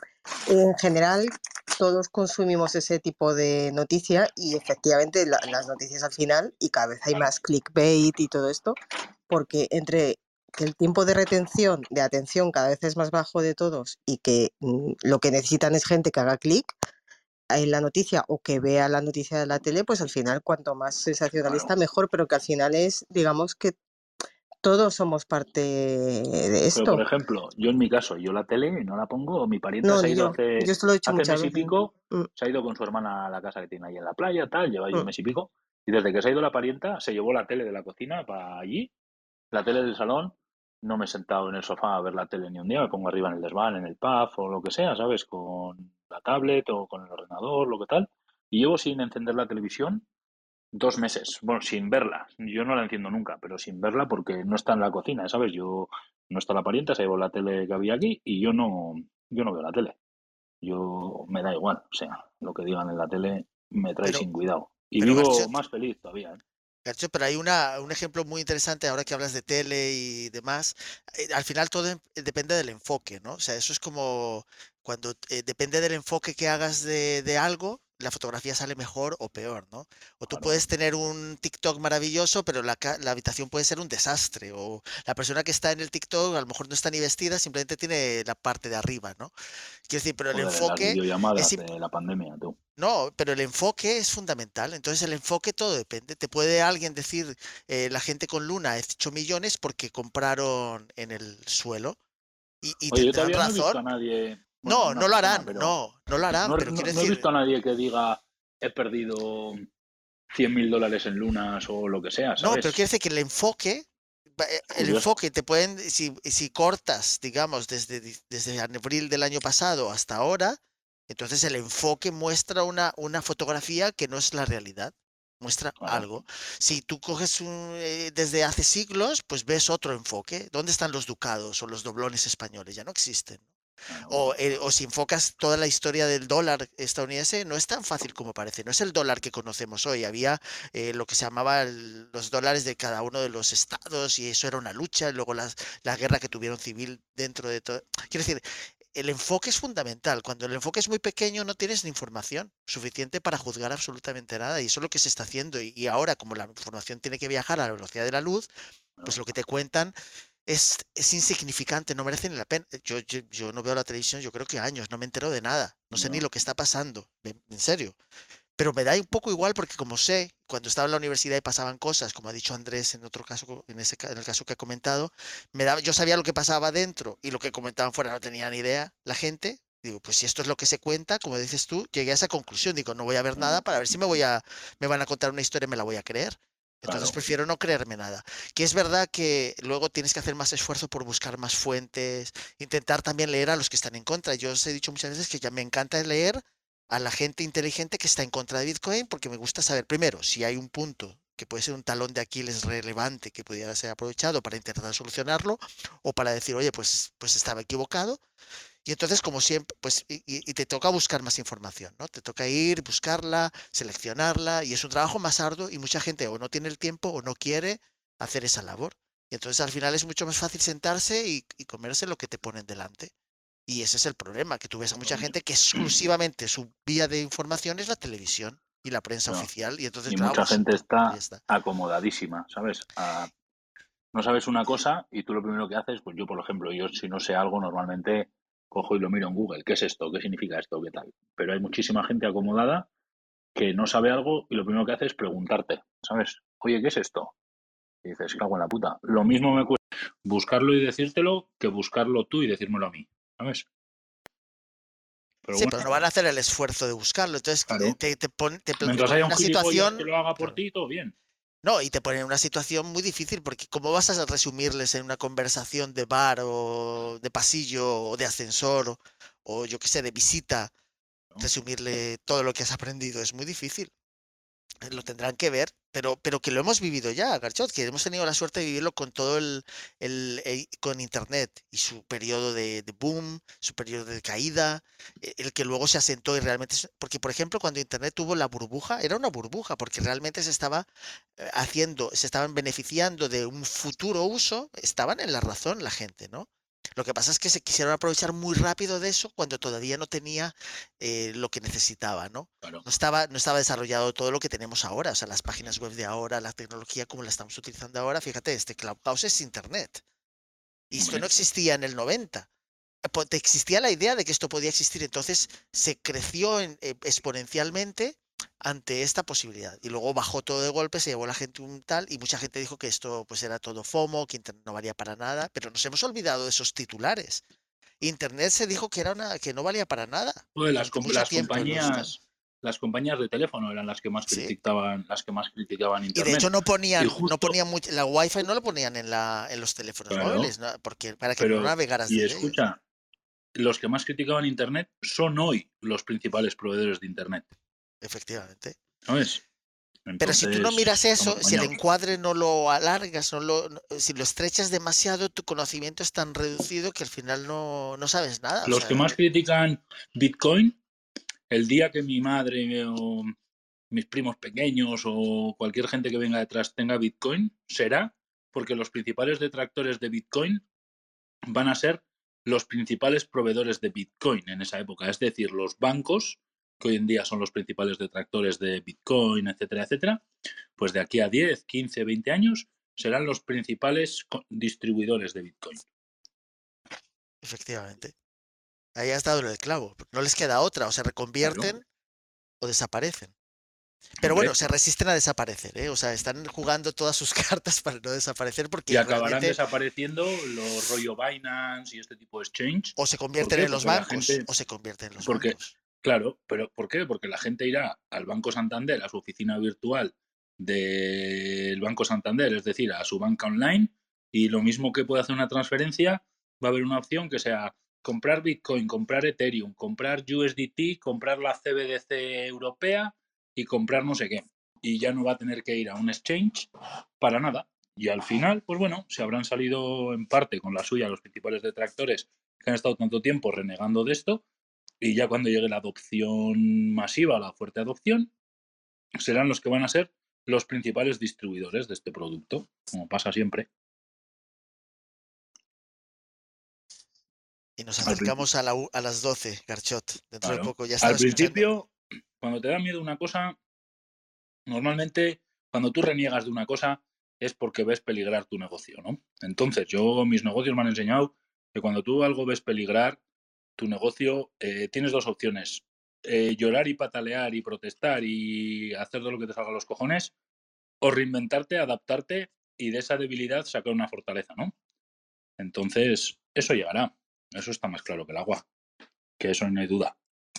en general todos consumimos ese tipo de noticia y efectivamente las noticias al final, y cada vez hay más clickbait y todo esto, porque entre que el tiempo de retención, de atención cada vez es más bajo de todos y que lo que necesitan es gente que haga clic en la noticia o que vea la noticia de la tele, pues al final cuanto más sensacionalista mejor, pero que al final es, digamos que todos somos parte de Pero, por esto. ejemplo, yo en mi caso, yo la tele no la pongo, mi pariente No, se ha ni ido yo. Yo esto lo he dicho hace muchas mes y veces. pico, se ha ido con su hermana a la casa que tiene ahí en la playa, tal, lleva ahí un Mm. mes y pico, y desde que se ha ido la parienta, se llevó la tele de la cocina para allí, la tele del salón, no me he sentado en el sofá a ver la tele ni un día, me pongo arriba en el desván, en el pub o lo que sea, ¿sabes? Con la tablet o con el ordenador, lo que tal, y llevo sin encender la televisión 2 meses, bueno, sin verla. Yo no la enciendo nunca, pero sin verla porque no está en la cocina, ¿sabes? Yo no está la parienta, se llevó la tele que había aquí y yo no veo la tele. Yo me da igual, o sea, lo que digan en la tele me trae Pero, sin cuidado. Y pero vivo García, más feliz todavía, ¿eh? Garcho, pero hay un ejemplo muy interesante ahora que hablas de tele y demás. Al final todo depende del enfoque, ¿no? O sea, eso es como cuando depende del enfoque que hagas de algo, la fotografía sale mejor o peor, ¿no? O tú Claro, puedes tener un TikTok maravilloso, pero la habitación puede ser un desastre. O la persona que está en el TikTok a lo mejor no está ni vestida, simplemente tiene la parte de arriba, ¿no? Quiero decir, pero el joder, en las enfoque es, videollamadas de la pandemia, tú. no, pero el enfoque es fundamental. Entonces, el enfoque todo depende. Te puede alguien decir, la gente con Luna ha hecho millones porque compraron en el suelo y Oye, yo tendrán todavía no he visto a razón. nadie, bueno, No, una no lo persona, harán, pero no lo harán, pero quiero no he visto decir, a nadie que diga he perdido $100.000 en lunas o lo que sea, no, pero quiero ¿sabes? decir que el Curioso. enfoque te pueden, si cortas, digamos, desde abril del año pasado hasta ahora, entonces el enfoque muestra una fotografía que no es la realidad, muestra Claro, algo. Si tú coges desde hace siglos, pues ves otro enfoque. ¿Dónde están los ducados o los doblones españoles? Ya no existen. claro. O si enfocas toda la historia del dólar estadounidense, no es tan fácil como parece. No es el dólar que conocemos hoy. Había lo que se llamaba los dólares de cada uno de los estados y eso era una lucha. Y luego la guerra que tuvieron civil dentro de todo. Quiero decir, el enfoque es fundamental. Cuando el enfoque es muy pequeño, no tienes ni información suficiente para juzgar absolutamente nada. Y eso es lo que se está haciendo. Y ahora, como la información tiene que viajar a la velocidad de la luz, pues lo que te cuentan es insignificante, no merece ni la pena. Yo no veo la televisión, yo creo que años, no me entero de nada, no sé ni No. lo que está pasando, en serio. Pero me da un poco igual porque como sé, cuando estaba en la universidad y pasaban cosas, como ha dicho Andrés en otro caso, en el caso que ha comentado, yo sabía lo que pasaba dentro y lo que comentaban fuera no tenía ni idea la gente. Digo, pues si esto es lo que se cuenta, como dices tú, llegué a esa conclusión. Digo, no voy a ver nada para ver si me van a contar una historia y me la voy a creer. Entonces Claro. prefiero no creerme nada. Que es verdad que luego tienes que hacer más esfuerzo por buscar más fuentes, intentar también leer a los que están en contra. Yo os he dicho muchas veces que ya me encanta leer a la gente inteligente que está en contra de Bitcoin porque me gusta saber primero si hay un punto que puede ser un talón de Aquiles relevante que pudiera ser aprovechado para intentar solucionarlo o para decir, oye, pues estaba equivocado. Y entonces, como siempre, pues, y te toca buscar más información, ¿no? Te toca ir, buscarla, seleccionarla, y es un trabajo más arduo y mucha gente o no tiene el tiempo o no quiere hacer esa labor. Y entonces al final es mucho más fácil sentarse y comerse lo que te ponen delante. Y ese es el problema, que tú ves a mucha gente que exclusivamente su vía de información es la televisión y la prensa No. oficial. Y entonces, Y claro, mucha pues gente ya está está. acomodadísima, ¿sabes? No sabes una cosa y tú lo primero que haces, pues yo, por ejemplo, yo si no sé algo, normalmente cojo y lo miro en Google. ¿Qué es esto? ¿Qué significa esto? ¿Qué tal? Pero hay muchísima gente acomodada que no sabe algo y lo primero que hace es preguntarte, ¿sabes? Oye, ¿qué es esto? Y dices, cago en la puta. Lo mismo me cuesta buscarlo y decírtelo que buscarlo tú y decírmelo a mí, ¿sabes? Pero Sí, pero no bueno, van a hacer el esfuerzo de buscarlo. Entonces claro. te Mientras ponen haya en un una gilipollas que situación. lo haga por Claro. ti, todo bien. No, y te ponen en una situación muy difícil porque ¿cómo vas a resumirles en una conversación de bar o de pasillo o de ascensor o yo qué sé, de visita, ¿No? resumirle todo lo que has aprendido? Es muy difícil. lo tendrán que ver, pero que lo hemos vivido ya, Garchot, que hemos tenido la suerte de vivirlo con todo con Internet y su periodo de boom, su periodo de caída, el que luego se asentó y realmente, porque por ejemplo, cuando Internet tuvo la burbuja, era una burbuja, porque realmente se estaba se estaban beneficiando de un futuro uso, estaban en la razón la gente, ¿no? Lo que pasa es que se quisieron aprovechar muy rápido de eso cuando todavía no tenía lo que necesitaba, ¿no? Claro. No estaba desarrollado todo lo que tenemos ahora, o sea, las páginas web de ahora, la tecnología como la estamos utilizando ahora. Fíjate, este Clubhouse es Internet. Y esto no Hombre, existía en el 90. Existía la idea de que esto podía existir, entonces se creció exponencialmente ante esta posibilidad. Y luego bajó todo de golpe, se llevó la gente un tal, y mucha gente dijo que esto pues era todo FOMO, que Internet no valía para nada, pero nos hemos olvidado de esos titulares. Internet se dijo que que no valía para nada joder, durante mucho tiempo. las compañías de teléfono eran Sí. las que más criticaban Y de hecho Internet. Y no justo, ponían la Wi-Fi no lo ponían en los teléfonos claro, móviles, ¿no? Porque para que no pero, navegaras y desde ellos. escucha, los que más criticaban Internet son hoy los principales proveedores de Internet, Efectivamente. ¿sabes? Pero si tú no Entonces, miras estamos eso, si el bañados. encuadre no lo alargas, si lo estrechas demasiado, tu conocimiento es tan reducido que al final no sabes nada. O Los que sea, más critican Bitcoin, el día que mi madre o mis primos pequeños o cualquier gente que venga detrás tenga Bitcoin, será porque los principales detractores de Bitcoin van a ser los principales proveedores de Bitcoin en esa época, es decir, los bancos, que hoy en día son los principales detractores de Bitcoin, etcétera, etcétera, pues de aquí a 10, 15, 20 años serán los principales distribuidores de Bitcoin. efectivamente. Ahí has dado el clavo. No les queda otra, o se reconvierten Claro, o desaparecen. Pero bueno, hombre, se resisten a desaparecer, ¿eh? O sea, están jugando todas sus cartas para no desaparecer y porque acabarán realmente desapareciendo los rollo Binance y este tipo de exchange. o se ¿Por convierten qué? en los Porque la bancos gente, o se convierten en los porque, bancos. claro, pero ¿por qué? Porque la gente irá al Banco Santander, a su oficina virtual del Banco Santander, es decir, a su banca online, y lo mismo que puede hacer una transferencia, va a haber una opción que sea comprar Bitcoin, comprar Ethereum, comprar USDT, comprar la CBDC europea y comprar no sé qué. Y ya no va a tener que ir a un exchange para nada. Y al final, pues bueno, se habrán salido en parte con la suya los principales detractores que han estado tanto tiempo renegando de esto, y ya cuando llegue la adopción masiva, la fuerte adopción, serán los que van a ser los principales distribuidores de este producto, como pasa siempre. Y nos Al, acercamos a las 12, Garchot. Dentro de claro. poco ya estaba Al escuchando. principio, cuando te da miedo una cosa, normalmente cuando tú reniegas de una cosa es porque ves peligrar tu negocio, ¿no? Entonces, mis negocios me han enseñado que cuando tú algo ves peligrar tu negocio, tienes dos opciones. Llorar y patalear y protestar y hacer todo lo que te salga a los cojones, o reinventarte, adaptarte y de esa debilidad sacar una fortaleza, ¿no? Entonces, eso llegará. Eso está más claro que el agua. Que eso no hay duda.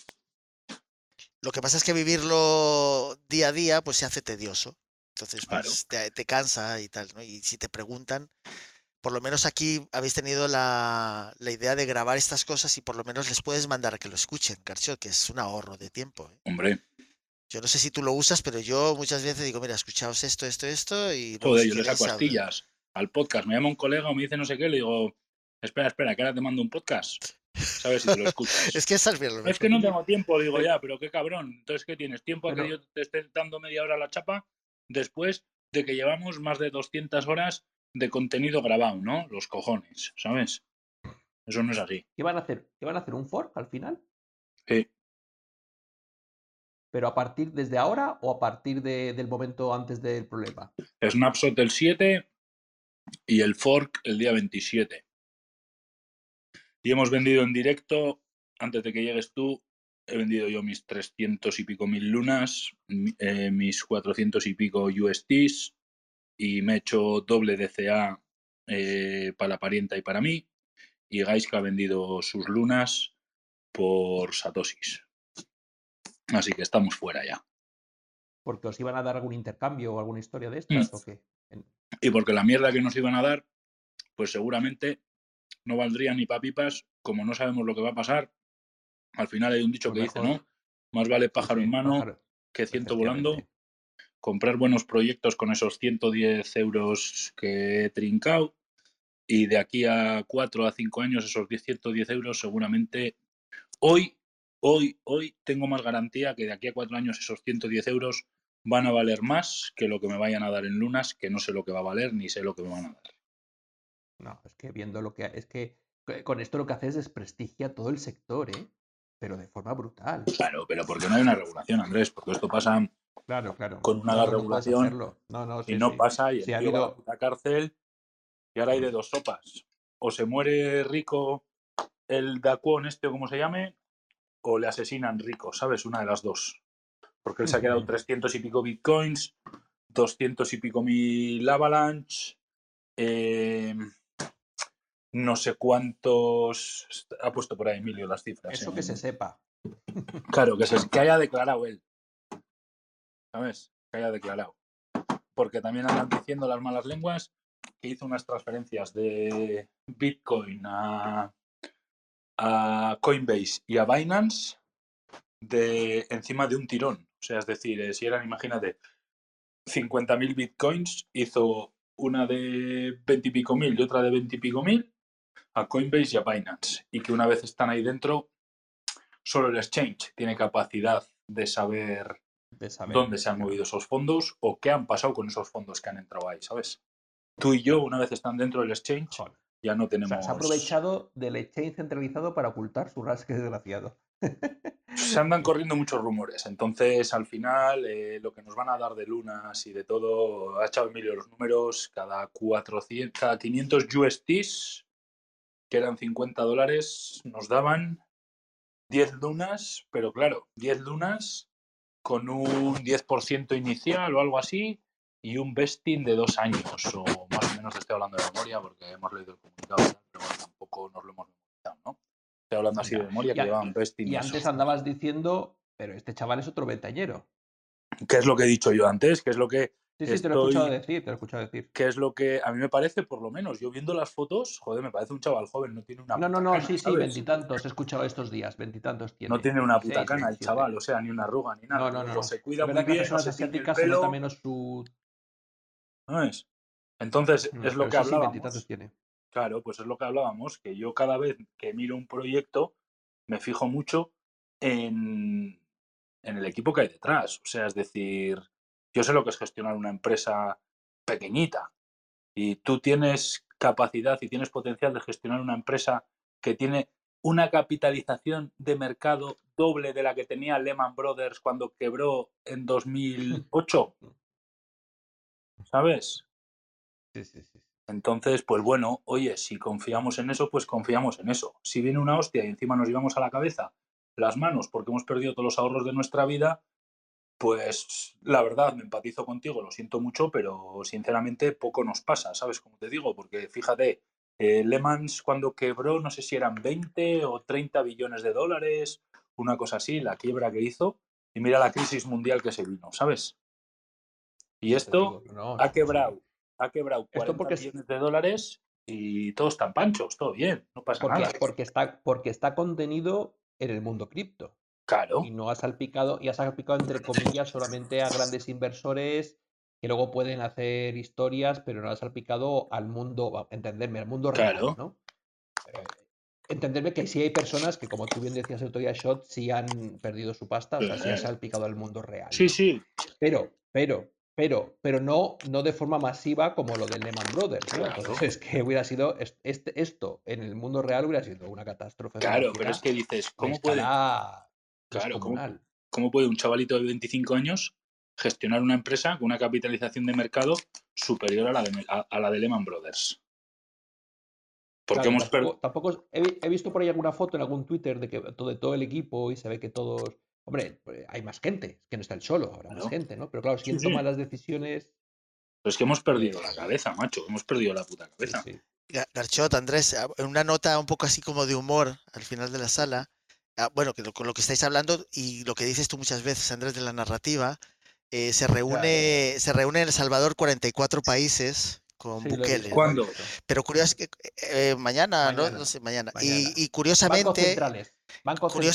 Lo que pasa es que vivirlo día a día, pues se hace tedioso. Entonces, Claro. pues te cansa y tal, ¿no? Y si te preguntan, por lo menos aquí habéis tenido la idea de grabar estas cosas y por lo menos les puedes mandar a que lo escuchen, Garchot, que es un ahorro de tiempo, ¿eh? Hombre, Yo no sé si tú lo usas, pero yo muchas veces digo, mira, escuchaos esto, esto, esto, y luego joder, si yo le saco queréis hablar. astillas al podcast. Me llama un colega o me dice no sé qué, le digo, espera, que ahora te mando un podcast. ¿Sabes? Si te lo escuchas. Es que esa es bien lo Es mejor. que no tengo tiempo, digo Pero, ya, pero qué cabrón. Entonces, ¿qué tienes? ¿Tiempo a que pero, yo te esté dando media hora la chapa después de que llevamos más de 200 horas de contenido grabado, ¿no? Los cojones, ¿sabes? Eso no es así. ¿qué van a hacer? ¿Qué van a hacer? ¿Un fork al final? Sí. ¿Pero a partir desde ahora o a partir del momento antes del problema? Snapshot el 7 y el fork el día 27. Y hemos vendido en directo, antes de que llegues tú, he vendido yo mis 300 y pico mil lunas, mis 400 y pico USTs, y me he hecho doble DCA para la parienta y para mí, y Gaiska ha vendido sus lunas por satoshis. Así que estamos fuera ya. ¿Porque os iban a dar algún intercambio o alguna historia de estas o qué? Y porque la mierda que nos iban a dar, pues seguramente no valdría ni papipas, como no sabemos lo que va a pasar. Al final hay un dicho Pues que dice, mejor, ¿no? Más vale sí, pájaro en sí, mano pájaro, que ciento volando. efectivamente. comprar buenos proyectos con esos 110 euros que he trincado y de aquí a 4 a 5 años esos 110 euros seguramente hoy tengo más garantía que de aquí a 4 años esos 110 euros van a valer más que lo que me vayan a dar en lunas, que no sé lo que va a valer ni sé lo que me van a dar. No, es que viendo lo que... Es que con esto lo que hace es desprestigia todo el sector, ¿eh? Pero de forma brutal. Claro, pero porque no hay una regulación, Andrés, porque esto pasa Claro, claro. con una No puedes regulación hacerlo. No, y sí, no sí. pasa y el Sí, ha tío va a la habido... puta cárcel y ahora hay de dos sopas. O se muere rico el Daquon este o como se llame, o le asesinan rico, ¿sabes? Una de las dos. Porque él se ha quedado 300 y pico bitcoins, 200 y pico mil Avalanche, no sé cuántos... Ha puesto por ahí Emilio las cifras. Eso que se sepa. Claro, que haya declarado él. ¿Sabes? Que haya declarado. Porque también andan diciendo las malas lenguas que hizo unas transferencias de Bitcoin a Coinbase y a Binance encima de un tirón. O sea, es decir, si eran, imagínate, 50.000 Bitcoins, hizo una de 20 y pico mil y otra de 20 y pico mil a Coinbase y a Binance. Y que una vez están ahí dentro, solo el exchange tiene capacidad de saber dónde se han movido esos fondos o qué han pasado con esos fondos que han entrado ahí, ¿sabes? Tú y yo, una vez están dentro del exchange, ya no tenemos... O sea, se ha aprovechado del exchange centralizado para ocultar su rasque desgraciado. Se andan corriendo muchos rumores. Entonces, al final, lo que nos van a dar de lunas y de todo, ha echado Emilio los números, cada 500 USDs, que eran $50, nos daban 10 lunas, pero claro, 10 lunas con un 10% inicial o algo así y un vesting de 2 años, o más o menos estoy hablando de memoria porque hemos leído el comunicado, pero bueno, tampoco nos lo hemos memorizado, ¿no? Estoy hablando así de memoria, que llevaban vesting. Y antes andabas diciendo, pero este chaval es otro ventañero. ¿Qué es lo que he dicho yo antes? ¿Qué es lo que Sí, te lo he escuchado decir, ¿Qué es lo que a mí me parece, por lo menos, yo viendo las fotos, joder, me parece un chaval joven, no tiene una puta cana, sí, ¿sabes? veintitantos, he escuchado estos días, veintitantos tiene. No tiene una puta 26, cana 27. el chaval, o sea, ni una arruga, ni nada. No. Se cuida Es muy verdad que bien, las no personas se tiñe el asiáticas se pelo, nota menos su... ¿no es? Entonces, es lo que sí, hablábamos. veintitantos tiene. Claro, pues es lo que hablábamos, que yo cada vez que miro un proyecto me fijo mucho en el equipo que hay detrás. O sea, es decir, yo sé lo que es gestionar una empresa pequeñita y tú tienes capacidad y tienes potencial de gestionar una empresa que tiene una capitalización de mercado doble de la que tenía Lehman Brothers cuando quebró en 2008. ¿Sabes? Sí. Entonces, pues bueno, oye, si confiamos en eso, pues confiamos en eso. Si viene una hostia y encima nos llevamos a la cabeza las manos porque hemos perdido todos los ahorros de nuestra vida, pues la verdad, me empatizo contigo, lo siento mucho, pero sinceramente poco nos pasa, ¿sabes cómo te digo? Porque fíjate, Lehman cuando quebró, no sé si eran 20 o 30 billones de dólares, una cosa así, la quiebra que hizo, y mira la crisis mundial que se vino, ¿sabes? Y esto ha quebrado 40 billones de dólares y todos están panchos, todo bien, no pasa nada. Porque está contenido en el mundo cripto. Claro. Y no ha salpicado, entre comillas, solamente a grandes inversores que luego pueden hacer historias, pero no ha salpicado al mundo, entenderme, al mundo real, ¿no? Entenderme que sí hay personas que, como tú bien decías el otro día, Shot, sí han perdido su pasta, o sea, sí ha salpicado al mundo real. Sí, sí. Pero no de forma masiva como lo del Lehman Brothers, ¿no? Claro. Entonces, que hubiera sido esto en el mundo real hubiera sido una catástrofe. Claro, pero es que dices, ¿cómo puede? Claro, ¿cómo puede un chavalito de 25 años gestionar una empresa con una capitalización de mercado superior a la de Lehman Brothers? Porque tampoco he visto por ahí alguna foto en algún Twitter de que todo el equipo y se ve que todos... Hombre, hay más gente, es que no está el solo, habrá más gente, ¿no? Pero claro, si él toma las decisiones... Pero es que hemos perdido la cabeza, macho, hemos perdido la puta cabeza. Sí. Garchot, Andrés, una nota un poco así como de humor al final de la sala. Bueno, con lo que estáis hablando y lo que dices tú muchas veces, Andrés, de la narrativa, se reúne en El Salvador 44 países con Bukele. ¿Cuándo? Pero curioso que mañana, ¿no? No sé, mañana. Y curiosamente... Bancos centrales.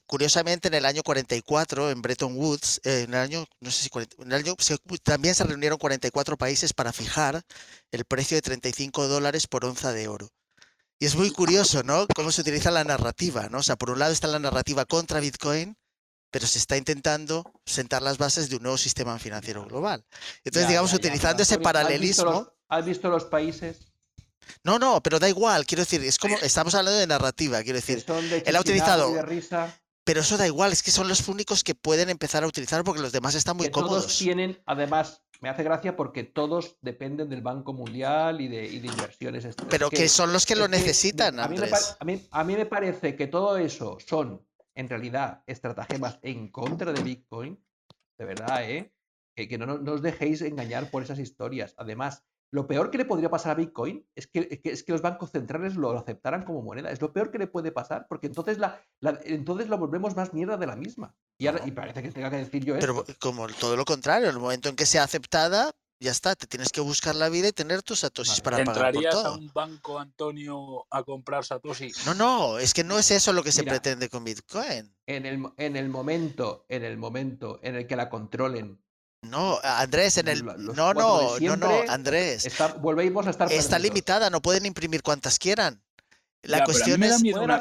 curiosamente en el año 44, en Bretton Woods, en el año, no sé si 40, en el año, también se reunieron 44 países para fijar el precio de $35 por onza de oro. Y es muy curioso, ¿no? Cómo se utiliza la narrativa, ¿no? O sea, por un lado está la narrativa contra Bitcoin, pero se está intentando sentar las bases de un nuevo sistema financiero global. Entonces, digamos, utilizando ese paralelismo... ¿Has visto los países? No, pero da igual, quiero decir, es como, estamos hablando de narrativa, quiero decir, él ha utilizado... De risa, pero eso da igual, es que son los únicos que pueden empezar a utilizar porque los demás están muy que cómodos. todos tienen, además, me hace gracia porque todos dependen del Banco Mundial y de inversiones. Pero que son los que lo necesitan, Andrés. A mí me parece que todo eso son, en realidad, estratagemas en contra de Bitcoin. De verdad, ¿eh? Que no os dejéis engañar por esas historias. Además, lo peor que le podría pasar a Bitcoin es que los bancos centrales lo aceptaran como moneda. Es lo peor que le puede pasar, porque entonces entonces lo volvemos más mierda de la misma. Y parece que tenga que decir yo eso. Pero como todo lo contrario, en el momento en que sea aceptada, ya está, te tienes que buscar la vida y tener tus satoshis para pagar por ¿Entrarías todo. a un banco, Antonio, a comprar satoshis? No, es que no es eso lo que se pretende con Bitcoin. En el momento en el que la controlen. No, Andrés, Andrés. Volvemos a estar está perdidos. limitada, no pueden imprimir cuantas quieran. La cuestión es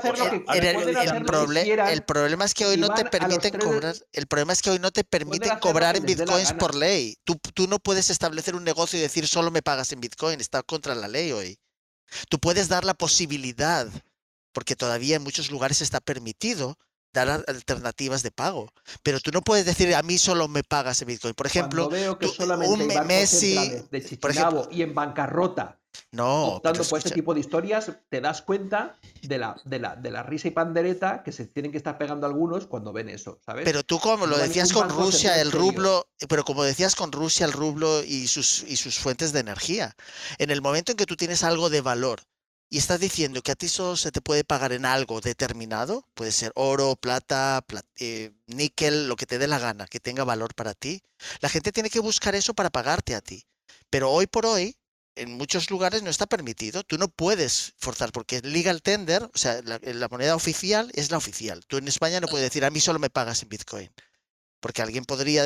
el problema es que hoy no te permiten cobrar. El problema es que hoy no te permiten cobrar en bitcoins por ley. Tú no puedes establecer un negocio y decir solo me pagas en bitcoin. Está contra la ley hoy. Tú puedes dar la posibilidad, porque todavía en muchos lugares está permitido dar alternativas de pago, pero tú no puedes decir a mí solo me pagas en bitcoin. Por ejemplo, cuando veo que solamente hay Messi de Chichinabo y en bancarrota optando por este tipo de historias, te das cuenta de la risa y pandereta que se tienen que estar pegando algunos cuando ven eso, ¿sabes? Pero tú como lo decías con Rusia, el rublo, pero como decías con Rusia, el rublo y sus fuentes de energía, en el momento en que tú tienes algo de valor y estás diciendo que a ti solo se te puede pagar en algo determinado, puede ser oro, plata, níquel, lo que te dé la gana, que tenga valor para ti, la gente tiene que buscar eso para pagarte a ti. Pero hoy por hoy, en muchos lugares no está permitido. Tú no puedes forzar, porque legal tender, o sea, la moneda oficial es la oficial. Tú en España no puedes decir, a mí solo me pagas en Bitcoin. Porque alguien podría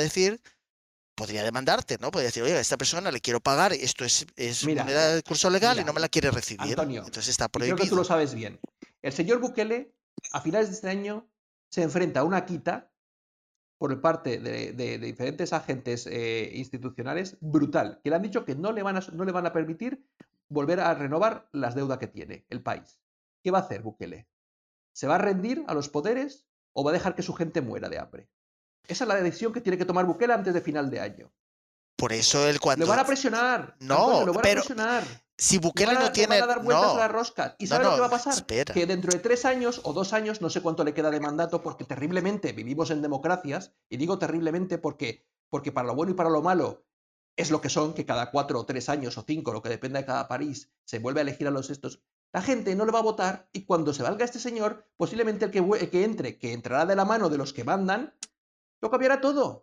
demandarte, ¿no? Podría decir, oye, a esta persona le quiero pagar, esto es moneda de curso legal y no me la quiere recibir. Antonio, entonces está prohibido. Creo que tú lo sabes bien. El señor Bukele, a finales de este año, se enfrenta a una quita por parte de diferentes agentes institucionales brutal, que le han dicho que no le van a permitir volver a renovar las deudas que tiene el país. ¿Qué va a hacer Bukele? ¿Se va a rendir a los poderes o va a dejar que su gente muera de hambre? Esa es la decisión que tiene que tomar Bukele antes de final de año. Por eso cuando... Lo van a presionar. No, Antonio, lo van pero... a presionar. Si Bukele no tiene... Le van a dar vueltas a la rosca. ¿Y sabes lo que va a pasar? Espera. Que dentro de 3 años o 2 años, no sé cuánto le queda de mandato, porque terriblemente vivimos en democracias, y digo terriblemente porque para lo bueno y para lo malo es lo que son, que cada 4 o 3 años o 5, lo que dependa de cada país, se vuelve a elegir a los estos. La gente no le va a votar y cuando se valga este señor, posiblemente el que entrará de la mano de los que mandan, lo cambiará todo.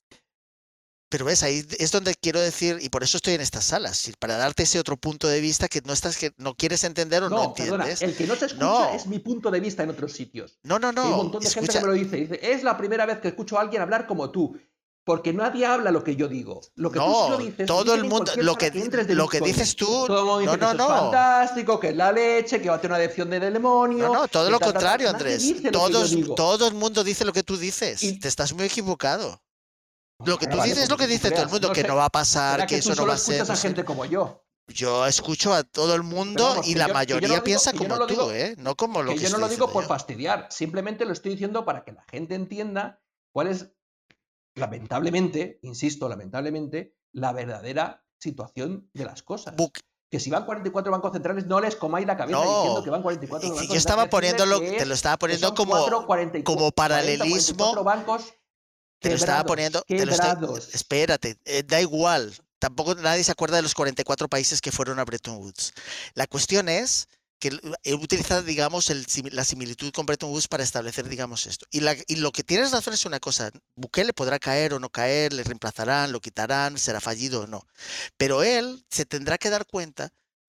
Pero ves, ahí es donde quiero decir, y por eso estoy en estas salas, para darte ese otro punto de vista que no quieres entender o no entiendes. Perdona, el que no te escucha es mi punto de vista en otros sitios. No. Hay un montón de gente que me lo dice, es la primera vez que escucho a alguien hablar como tú. Porque nadie habla lo que yo digo. Lo que tú sí lo dices, todo el mundo, lo que dices tú, todo el mundo dice que es fantástico, que es la leche, que va a tener una adicción de demonio. No, todo lo contrario, Andrés. Todo el mundo dice lo que tú dices. Te estás muy equivocado. Lo que tú dices es lo que dice todo el mundo, que no va a pasar, que eso no va a ser. Escuchas a gente como yo. Yo escucho a todo el mundo y la mayoría piensa como tú, no como lo que yo no lo digo por fastidiar, simplemente lo estoy diciendo para que la gente entienda cuál es, lamentablemente, insisto, lamentablemente, la verdadera situación de las cosas. Que si van 44 bancos centrales, no les comáis la cabeza diciendo que van 44 bancos centrales. Yo estaba poniéndolo, te lo estaba poniendo como paralelismo. 44 bancos. Te lo estaba poniendo. Espérate, da igual. Tampoco nadie se acuerda de los 44 países que fueron a Bretton Woods. La cuestión es que he utilizado, digamos, la similitud con Bretton Woods para establecer, digamos, esto. Y lo que tienes razón es una cosa. Bukele podrá caer o no caer, le reemplazarán, lo quitarán, será fallido o no. Pero él se tendrá que dar cuenta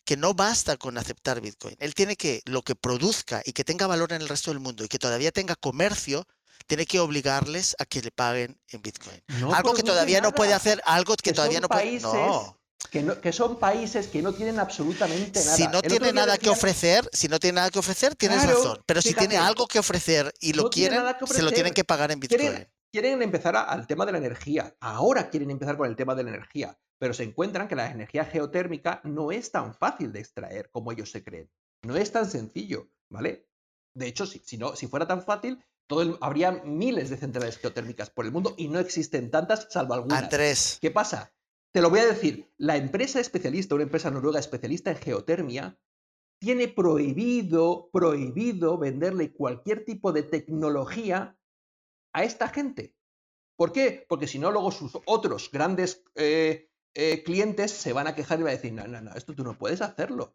que no basta con aceptar Bitcoin. Él tiene que, lo que produzca y que tenga valor en el resto del mundo y que todavía tenga comercio, tiene que obligarles a que le paguen en Bitcoin. No Algo que produce todavía no puede nada. hacer, algo que Que todavía son no puede... países No. que son países que no tienen absolutamente nada. Si no El otro tiene día nada que decían, ofrecer, tienes claro, razón. Pero si tiene fíjate, algo que ofrecer y lo no tiene quieren, nada que se lo tienen ofrecer. que pagar en Bitcoin. Quieren empezar al tema de la energía. Ahora quieren empezar con el tema de la energía. Pero se encuentran que la energía geotérmica no es tan fácil de extraer como ellos se creen. No es tan sencillo, ¿vale? De hecho, si fuera tan fácil, habría miles de centrales geotérmicas por el mundo y no existen tantas, salvo algunas. Andrés, ¿Qué pasa? Te lo voy a decir. La empresa especialista, una empresa noruega especialista en geotermia, tiene prohibido venderle cualquier tipo de tecnología a esta gente. ¿Por qué? Porque si no, luego sus otros grandes clientes se van a quejar y van a decir, no, esto tú no puedes hacerlo.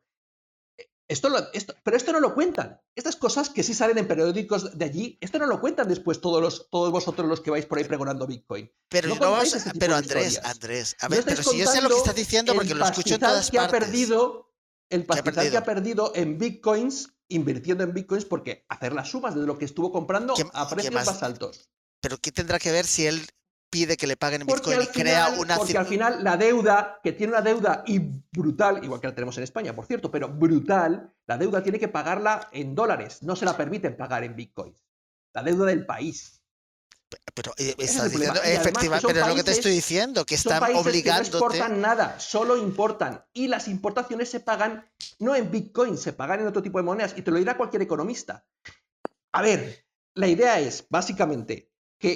Pero esto no lo cuentan. Estas cosas que sí salen en periódicos de allí, esto no lo cuentan después todos vosotros los que vais por ahí pregonando Bitcoin. pero No no contáis vamos, este tipo pero de Andrés, historias. a No ver, estáis pero si yo sé lo que estás contando diciendo porque el lo escucho en todas pastizal que ha partes. perdido, el ¿Qué ha pastizal que ha perdido? perdido en Bitcoins, invirtiendo en Bitcoins, porque hacer las sumas de lo que estuvo comprando a ¿Qué precios más? más altos. ¿Pero qué tendrá que ver si él pide que le paguen en Porque Bitcoin y crea una... al final la deuda, que tiene una deuda y brutal, igual que la tenemos en España, por cierto, pero brutal, la deuda tiene que pagarla en dólares, no se la permiten pagar en bitcoins. La deuda del país. Pero Ese es estás el problema. diciendo, Y además que efectivamente, pero es lo que te estoy diciendo, que son están países que no obligándote... exportan nada, solo importan. Y las importaciones se pagan no en bitcoins, se pagan en otro tipo de monedas. Y te lo dirá cualquier economista. A ver, la idea es, básicamente,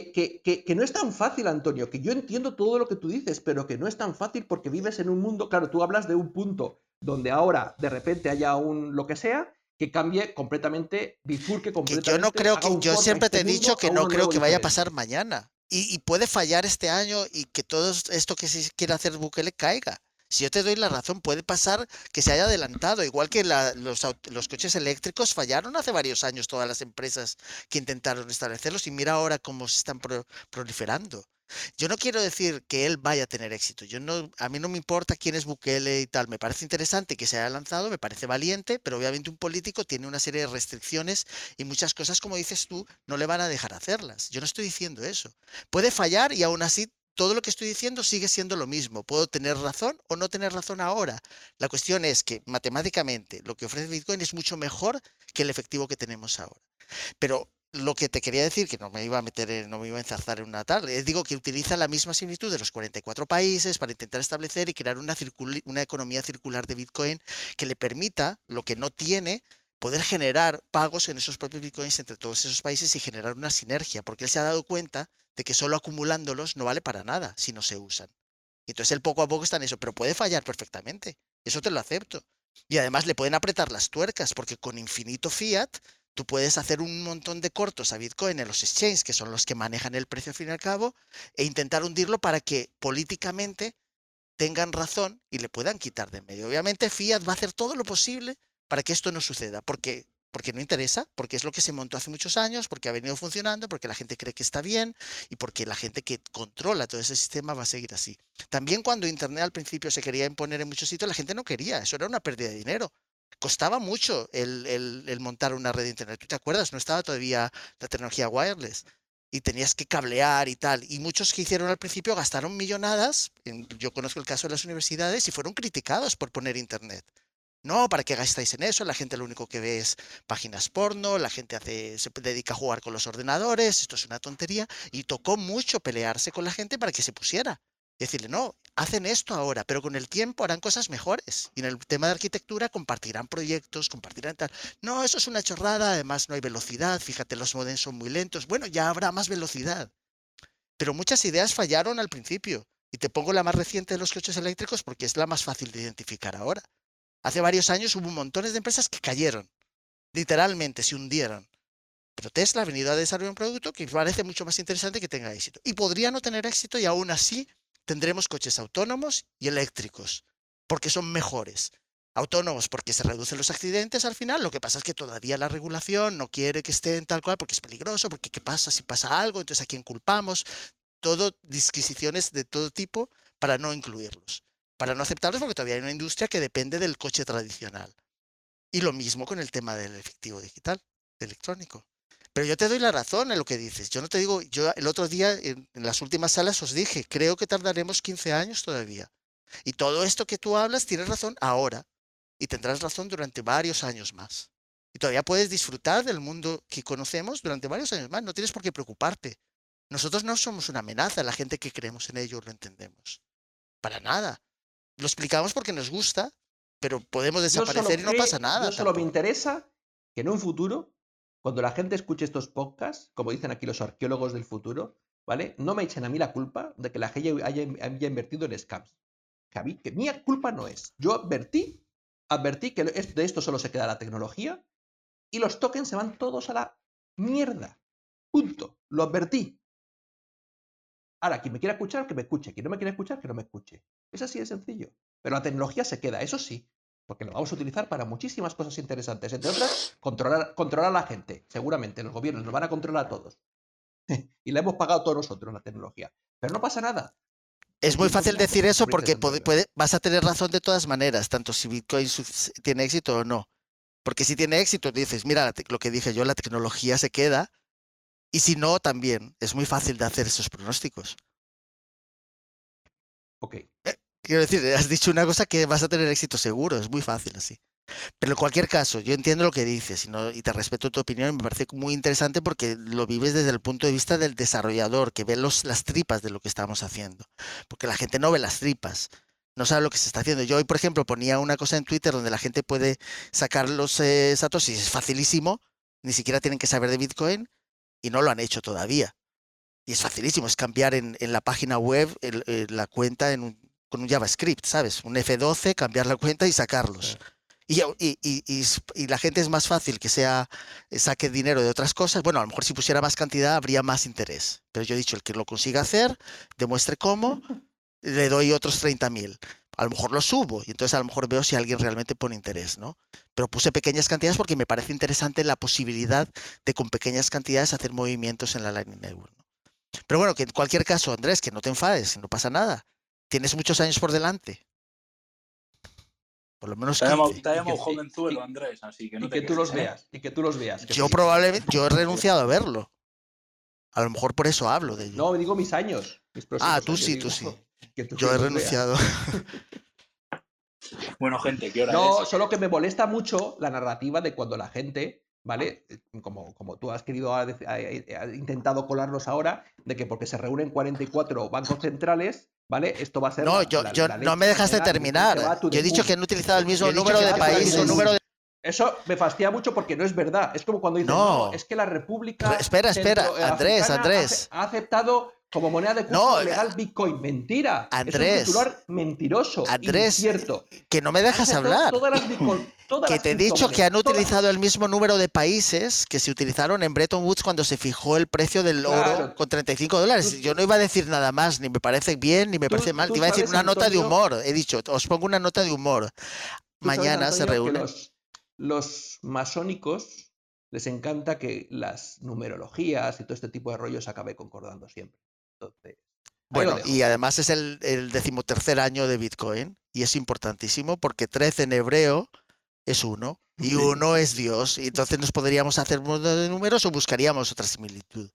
que no es tan fácil, Antonio, que yo entiendo todo lo que tú dices, pero que no es tan fácil porque vives en un mundo, claro, tú hablas de un punto donde ahora de repente haya un lo que sea, que cambie completamente, bifurque Que yo no completamente, creo haga que, un yo fork a siempre te este he dicho mundo que a no uno creo nuevo que vaya a pasar diferente. mañana. Y puede fallar este año y que todo esto que se quiere hacer Bukele caiga. Si yo te doy la razón, puede pasar que se haya adelantado, igual que los coches eléctricos fallaron hace varios años todas las empresas que intentaron establecerlos y mira ahora cómo se están proliferando. Yo no quiero decir que él vaya a tener éxito. A mí no me importa quién es Bukele y tal. Me parece interesante que se haya lanzado, me parece valiente, pero obviamente un político tiene una serie de restricciones y muchas cosas, como dices tú, no le van a dejar hacerlas. Yo no estoy diciendo eso. Puede fallar y aún así todo lo que estoy diciendo sigue siendo lo mismo. Puedo tener razón o no tener razón ahora. La cuestión es que matemáticamente lo que ofrece Bitcoin es mucho mejor que el efectivo que tenemos ahora. Pero lo que te quería decir, que no me iba a no me iba a enzarzar en una tal, digo que utiliza la misma similitud de los 44 países para intentar establecer y crear una economía circular de Bitcoin que le permita, lo que no tiene, poder generar pagos en esos propios Bitcoins entre todos esos países y generar una sinergia, porque él se ha dado cuenta de que solo acumulándolos no vale para nada si no se usan. Y entonces él poco a poco está en eso, pero puede fallar perfectamente, eso te lo acepto. Y además le pueden apretar las tuercas, porque con infinito fiat tú puedes hacer un montón de cortos a Bitcoin en los exchanges, que son los que manejan el precio al fin y al cabo, e intentar hundirlo para que políticamente tengan razón y le puedan quitar de en medio. Obviamente Fiat va a hacer todo lo posible para que esto no suceda, porque no interesa, porque es lo que se montó hace muchos años, porque ha venido funcionando, porque la gente cree que está bien y porque la gente que controla todo ese sistema va a seguir así. También cuando Internet al principio se quería imponer en muchos sitios, la gente no quería, eso era una pérdida de dinero. Costaba mucho el montar una red de Internet. ¿Tú te acuerdas? No estaba todavía la tecnología wireless y tenías que cablear y tal. Y muchos que hicieron al principio gastaron millonadas. Yo conozco el caso de las universidades y fueron criticados por poner Internet. No, ¿para qué gastáis en eso? La gente lo único que ve es páginas porno, la gente se dedica a jugar con los ordenadores, esto es una tontería. Y tocó mucho pelearse con la gente para que se pusiera. Y decirle, no, hacen esto ahora, pero con el tiempo harán cosas mejores. Y en el tema de arquitectura compartirán proyectos, compartirán tal. No, eso es una chorrada, además no hay velocidad, fíjate, los modems son muy lentos. Bueno, ya habrá más velocidad. Pero muchas ideas fallaron al principio. Y te pongo la más reciente de los coches eléctricos porque es la más fácil de identificar ahora. Hace varios años hubo montones de empresas que cayeron, literalmente se hundieron. Pero Tesla ha venido a desarrollar un producto que parece mucho más interesante que tenga éxito. Y podría no tener éxito y aún así tendremos coches autónomos y eléctricos, porque son mejores. Autónomos porque se reducen los accidentes al final, lo que pasa es que todavía la regulación no quiere que estén tal cual porque es peligroso, porque qué pasa si pasa algo, entonces a quién culpamos, todo disquisiciones de todo tipo para no incluirlos. Para no aceptarlos porque todavía hay una industria que depende del coche tradicional. Y lo mismo con el tema del efectivo digital, electrónico. Pero yo te doy la razón en lo que dices. Yo no te digo, yo el otro día en las últimas salas os dije, creo que tardaremos 15 años todavía. Y todo esto que tú hablas tienes razón ahora y tendrás razón durante varios años más. Y todavía puedes disfrutar del mundo que conocemos durante varios años más. No tienes por qué preocuparte. Nosotros no somos una amenaza, la gente que creemos en ello lo entendemos. Para nada. Lo explicamos porque nos gusta, pero podemos desaparecer y no pasa nada Yo solo me tampoco. interesa que en un futuro, cuando la gente escuche estos podcasts, como dicen aquí los arqueólogos del futuro, ¿vale? No me echen a mí la culpa de que la gente haya invertido en scams. Que mi culpa no es. Yo advertí que de esto solo se queda la tecnología y los tokens se van todos a la mierda. Punto. Lo advertí. Ahora, quien me quiera escuchar, que me escuche. Quien no me quiera escuchar, que no me escuche. Es así de sencillo. Pero la tecnología se queda, eso sí, porque lo vamos a utilizar para muchísimas cosas interesantes. Entre otras, controlar a la gente. Seguramente los gobiernos nos van a controlar a todos. Y la hemos pagado todos nosotros, la tecnología. Pero no pasa nada. Es El muy tiempo fácil dirá, decir pues, eso descubrir porque desarrollo. vas a tener razón de todas maneras, tanto si Bitcoin tiene éxito o no. Porque si tiene éxito, dices, mira, lo que dije yo, la tecnología se queda. Y si no, también. Es muy fácil de hacer esos pronósticos. Ok. Quiero decir, has dicho una cosa que vas a tener éxito seguro. Es muy fácil así. Pero en cualquier caso, yo entiendo lo que dices y te respeto tu opinión y me parece muy interesante porque lo vives desde el punto de vista del desarrollador, que ve las tripas de lo que estamos haciendo. Porque la gente no ve las tripas, no sabe lo que se está haciendo. Yo hoy, por ejemplo, ponía una cosa en Twitter donde la gente puede sacar los satoshis, es facilísimo, ni siquiera tienen que saber de Bitcoin y no lo han hecho todavía. Y es facilísimo, es cambiar en la página web la cuenta con un JavaScript, ¿sabes? Un F12, cambiar la cuenta y sacarlos. Sí. Y la gente es más fácil que saque dinero de otras cosas. Bueno, a lo mejor si pusiera más cantidad habría más interés. Pero yo he dicho, el que lo consiga hacer, demuestre cómo, le doy otros 30.000. A lo mejor lo subo y entonces a lo mejor veo si alguien realmente pone interés, ¿no? Pero puse pequeñas cantidades porque me parece interesante la posibilidad de con pequeñas cantidades hacer movimientos en la Lightning Network, ¿no? Pero bueno, que en cualquier caso, Andrés, que no te enfades, no pasa nada. Tienes muchos años por delante. Por lo menos Te ha llamado, 15. te ha llamado jovenzuelo, y- Andrés, así que no Y te que tú los quejes, ¿eh? veas. Y que tú los veas. Que Yo sí. probablemente, yo he renunciado a verlo. A lo mejor por eso hablo de ello. No, digo mis años. Mis Ah, próximos tú años. sí, tú Digo, sí. que tú Yo he los veas. renunciado. Bueno, gente, ¿qué hora No, es? solo que me molesta mucho la narrativa de cuando la gente, ¿vale? Como tú has querido, has intentado colarnos ahora, de que porque se reúnen 44 bancos centrales, ¿vale? Esto va a ser No, yo la no me leche dejaste mañana, Bitcoin se terminar. va to Yo the he dicho que moon. han utilizado el Y mismo he dicho número que de va to the países. moon. Eso me fastidia mucho porque no es verdad. Es como cuando dicen, no, es No. que la República Espera, Andrés, Centroafricana Andrés. ha aceptado como moneda de No, curso legal Bitcoin. Mentira. Es un Andrés. titular mentiroso, Andrés, incierto. que no me Han dejas aceptado hablar. todas Que las te he dicho que criptomonedas, han utilizado todas. el mismo número de países que se utilizaron en Bretton Woods cuando se fijó el precio del oro Claro, con $35. Yo no iba a decir nada más, ni me parece bien, ni me parece mal. Te tú iba a decir sabes, una nota de Antonio, humor. He dicho, os pongo una nota de humor. Mañana se Que reúnen. los masónicos les encanta que las numerologías y todo este tipo de rollos acabe concordando siempre. Entonces, ahí lo Bueno, dejo. y además es el 13º año de Bitcoin y es importantísimo porque 13 en hebreo es 1 y Sí. 1 es Dios. Y entonces nos podríamos hacer un montón de números o buscaríamos otra similitud.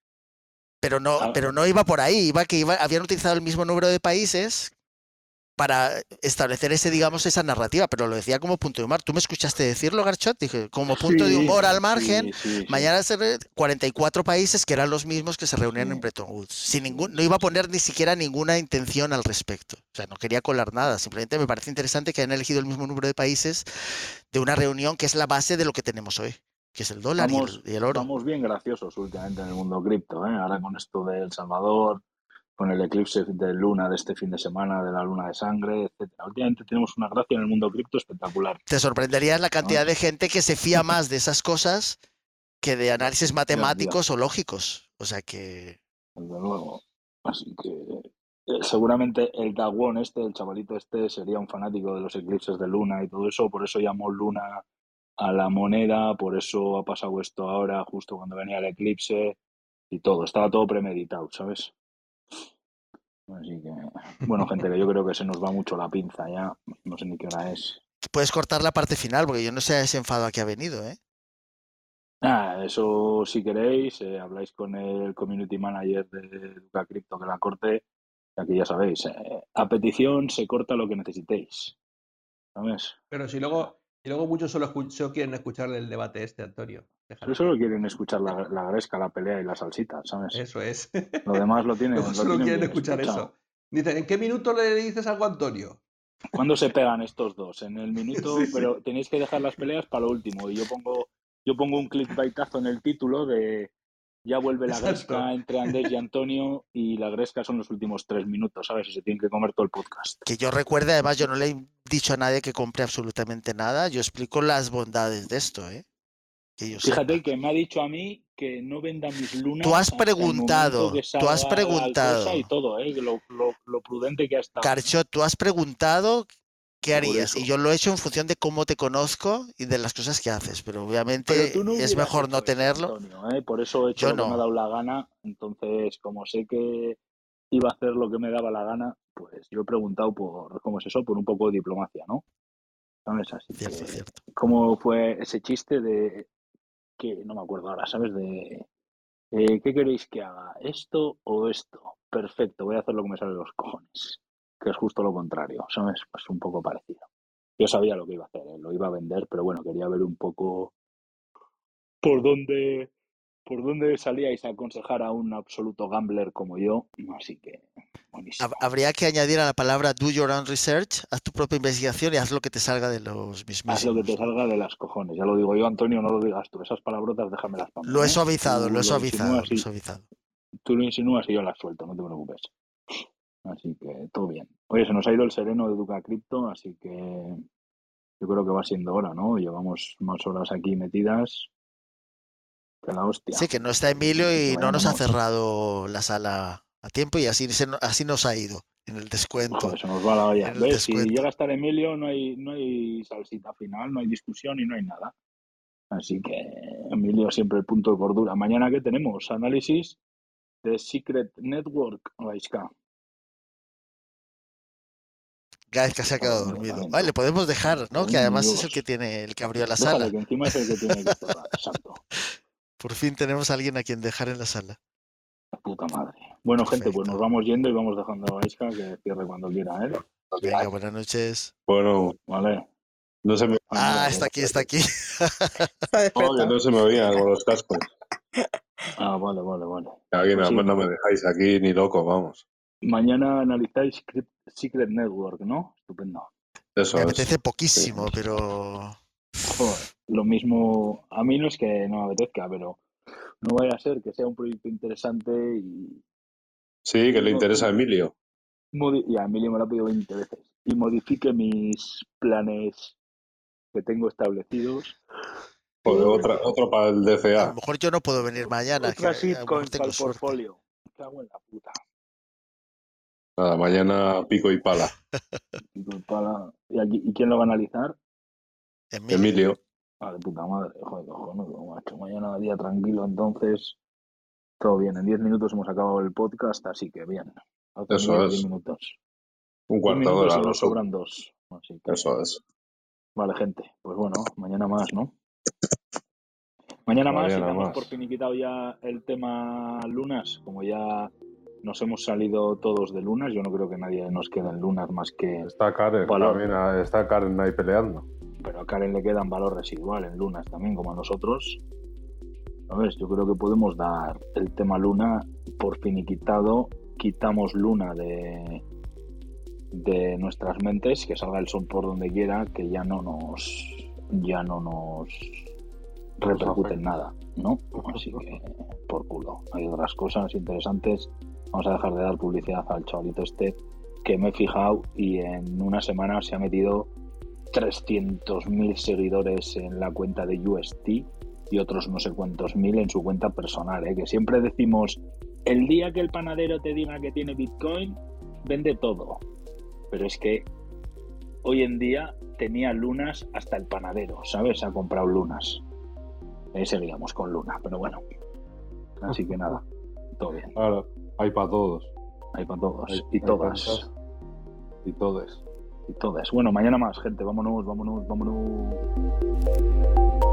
Pero no iba por ahí, habían utilizado el mismo número de países para establecer digamos, esa narrativa, pero lo decía como punto de humor. ¿Tú me escuchaste decirlo, Garchot? Dije, como punto de humor al margen, Sí. mañana se 44 países que eran los mismos que se reunían en Bretton Woods. No iba a poner ni siquiera ninguna intención al respecto. O sea, no quería colar nada. Simplemente me parece interesante que hayan elegido el mismo número de países de una reunión que es la base de lo que tenemos hoy, que es el dólar y el oro. Estamos bien graciosos últimamente en el mundo cripto, ¿eh? Ahora con esto de El Salvador, con el eclipse de luna de este fin de semana, de la luna de sangre, etcétera. Últimamente tenemos una gracia en el mundo cripto espectacular. Te sorprenderías la cantidad ¿No? de gente que se fía más de esas cosas que de análisis matemáticos o lógicos. O sea que... Desde luego. Así que seguramente el Dagwon el chavalito sería un fanático de los eclipses de luna y todo eso, por eso llamó luna a la moneda, por eso ha pasado esto ahora, justo cuando venía el eclipse y todo. Estaba todo premeditado, ¿sabes? Así que, bueno, gente, que yo creo que se nos va mucho la pinza ya. No sé ni qué hora es. Puedes cortar la parte final, porque yo no sé ese enfado a que ha venido, ¿eh? Eso si queréis, habláis con el community manager de Duca Crypto que la corte. Aquí ya sabéis, a petición se corta lo que necesitéis. ¿Sabes? Pero si luego muchos solo quieren escuchar el debate este, Antonio. Pero Déjalo. solo quieren escuchar la gresca, la pelea y la salsita, ¿sabes? Eso es. Lo demás lo tienen, Luego lo solo tienen quieren bien escuchar escuchado. eso. Dicen, ¿en qué minuto le dices algo a Antonio? ¿Cuándo se pegan estos dos? En el minuto, Sí, sí. pero tenéis que dejar las peleas para lo último. Y yo pongo un clickbaitazo en el título de ya vuelve la Exacto. gresca entre Andrés y Antonio, y la gresca son los últimos 3 minutos, ¿sabes? Y se tienen que comer todo el podcast. Que yo recuerde, además, yo no le he dicho a nadie que compre absolutamente nada. Yo explico las bondades de esto, ¿eh? Que yo Fíjate sepa. que me ha dicho a mí que no venda mis lunas Tú has hasta el momento que tú has salga la cosa y preguntado, todo, ¿eh? Lo prudente que ha estado. Carchot, tú has preguntado qué Por harías. eso. Y yo lo he hecho en función de cómo te conozco y de las cosas que haces. Pero obviamente Pero tú no es hubieras mejor hecho no eso, tenerlo. Antonio, ¿eh? Por eso he hecho Yo lo que me ha no. dado la gana. Entonces, como sé que iba a hacer lo que me daba la gana, pues yo he preguntado por, ¿cómo es eso? Por un poco de diplomacia, ¿no? ¿Sabes? Así Cierto, que, cierto. ¿cómo fue ese chiste de que no me acuerdo ahora, ¿sabes? De ¿qué queréis que haga? ¿Esto o esto? Perfecto, voy a hacer lo que me sale de los cojones. Que es justo lo contrario, ¿sabes? Pues un poco parecido. Yo sabía lo que iba a hacer, lo iba a vender, pero bueno, quería ver un poco por dónde salíais a aconsejar a un absoluto gambler como yo. Así que, buenísimo. Habría que añadir a la palabra do your own research, haz tu propia investigación y haz lo que te salga de los mismísimos. Haz lo que te salga de las cojones. Ya lo digo yo, Antonio, no lo digas tú. Esas palabrotas déjamelas para mí. Lo he suavizado, lo he suavizado, lo he Y, suavizado. tú lo insinúas y yo las suelto, no te preocupes. Así que todo bien. Oye, se nos ha ido el sereno de Duca Crypto, así que yo creo que va siendo hora, ¿no? Llevamos más horas aquí metidas que la hostia. Sí, que no está Emilio Así y que no nos ha vayámonos. cerrado la sala a tiempo y así nos ha ido en el descuento. Joder, se nos va la olla. En el ¿Ves? Si descuento. llega a estar Emilio, no hay salsita final, no hay discusión y no hay nada. Así que Emilio siempre el punto de cordura. Mañana, ¿qué tenemos? Análisis de Secret Network. Gaisca. Gaizka se ha quedado dormido. Vale, le podemos dejar, ¿no? Que además es el que abrió la Déjale, sala. que encima es el que tiene que cerrar. Exacto. Por fin tenemos a alguien a quien dejar en la sala. Puta madre. Bueno, gente, pues Perfecto. nos vamos yendo y vamos dejando a Gaisca que cierre cuando quiera, ¿eh? Venga, buenas noches. Bueno, Vale. no se me, Ah, está aquí, está aquí. Está no, que despertado. no se me oía con los cascos. Ah, vale. Aquí Pues sí, no me dejáis aquí ni loco, vamos. mañana analizáis Secret Network, ¿no? Estupendo. Eso Me es. apetece poquísimo, pero... Joder, lo mismo, a mí no es que no me apetezca, pero no vaya a ser que sea un proyecto interesante y Sí, que le interesa a Emilio. y a Emilio me lo ha pedido 20 veces y modifique mis planes que tengo establecidos. Joder, otro para el A lo DCA. mejor yo no puedo venir mañana, que Otras a lo mejor shitcoins tengo al suerte. portfolio. Me cago en la puta. Nada, mañana pico y pala. ¿Y quién lo va a analizar? Emilio. Ah, de puta madre, joder, cojonudo, macho. Mañana día tranquilo, entonces todo bien. En 10 minutos hemos acabado el podcast, así que bien. Eso 10 es. minutos. Un 10 cuarto de minutos hora y lo nos subo. sobran 2. Así que, Eso es. vale, gente. Pues bueno, mañana más, ¿no? Mañana más y Mañana damos más. por finiquitado ya el tema lunas. Como ya nos hemos salido todos de lunas, yo no creo que nadie nos quede en lunas más que Está Karen valor. también, está Karen ahí peleando. Pero a Karen le quedan valor residual en lunas también, como a nosotros. ¿Sabes? Yo creo que podemos dar el tema luna por finiquitado. Quitamos luna de nuestras mentes, que salga el sol por donde quiera, que ya no nos repercute en nada, ¿no? Así que por culo. Hay otras cosas interesantes. Vamos a dejar de dar publicidad al chavalito este, que me he fijado y en una semana se ha metido 300.000 seguidores en la cuenta de UST y otros no sé cuántos mil en su cuenta personal, ¿eh? Que siempre decimos, el día que el panadero te diga que tiene Bitcoin, vende todo. Pero es que hoy en día tenía lunas hasta el panadero, ¿sabes? Ha comprado lunas. Seguíamos con luna, pero bueno. Así que nada, todo bien. Claro, hay para todos. Ahí con todos. Hay- Y hay todas. tantas. Y todes. Y todas. Bueno, mañana más, gente. Vámonos.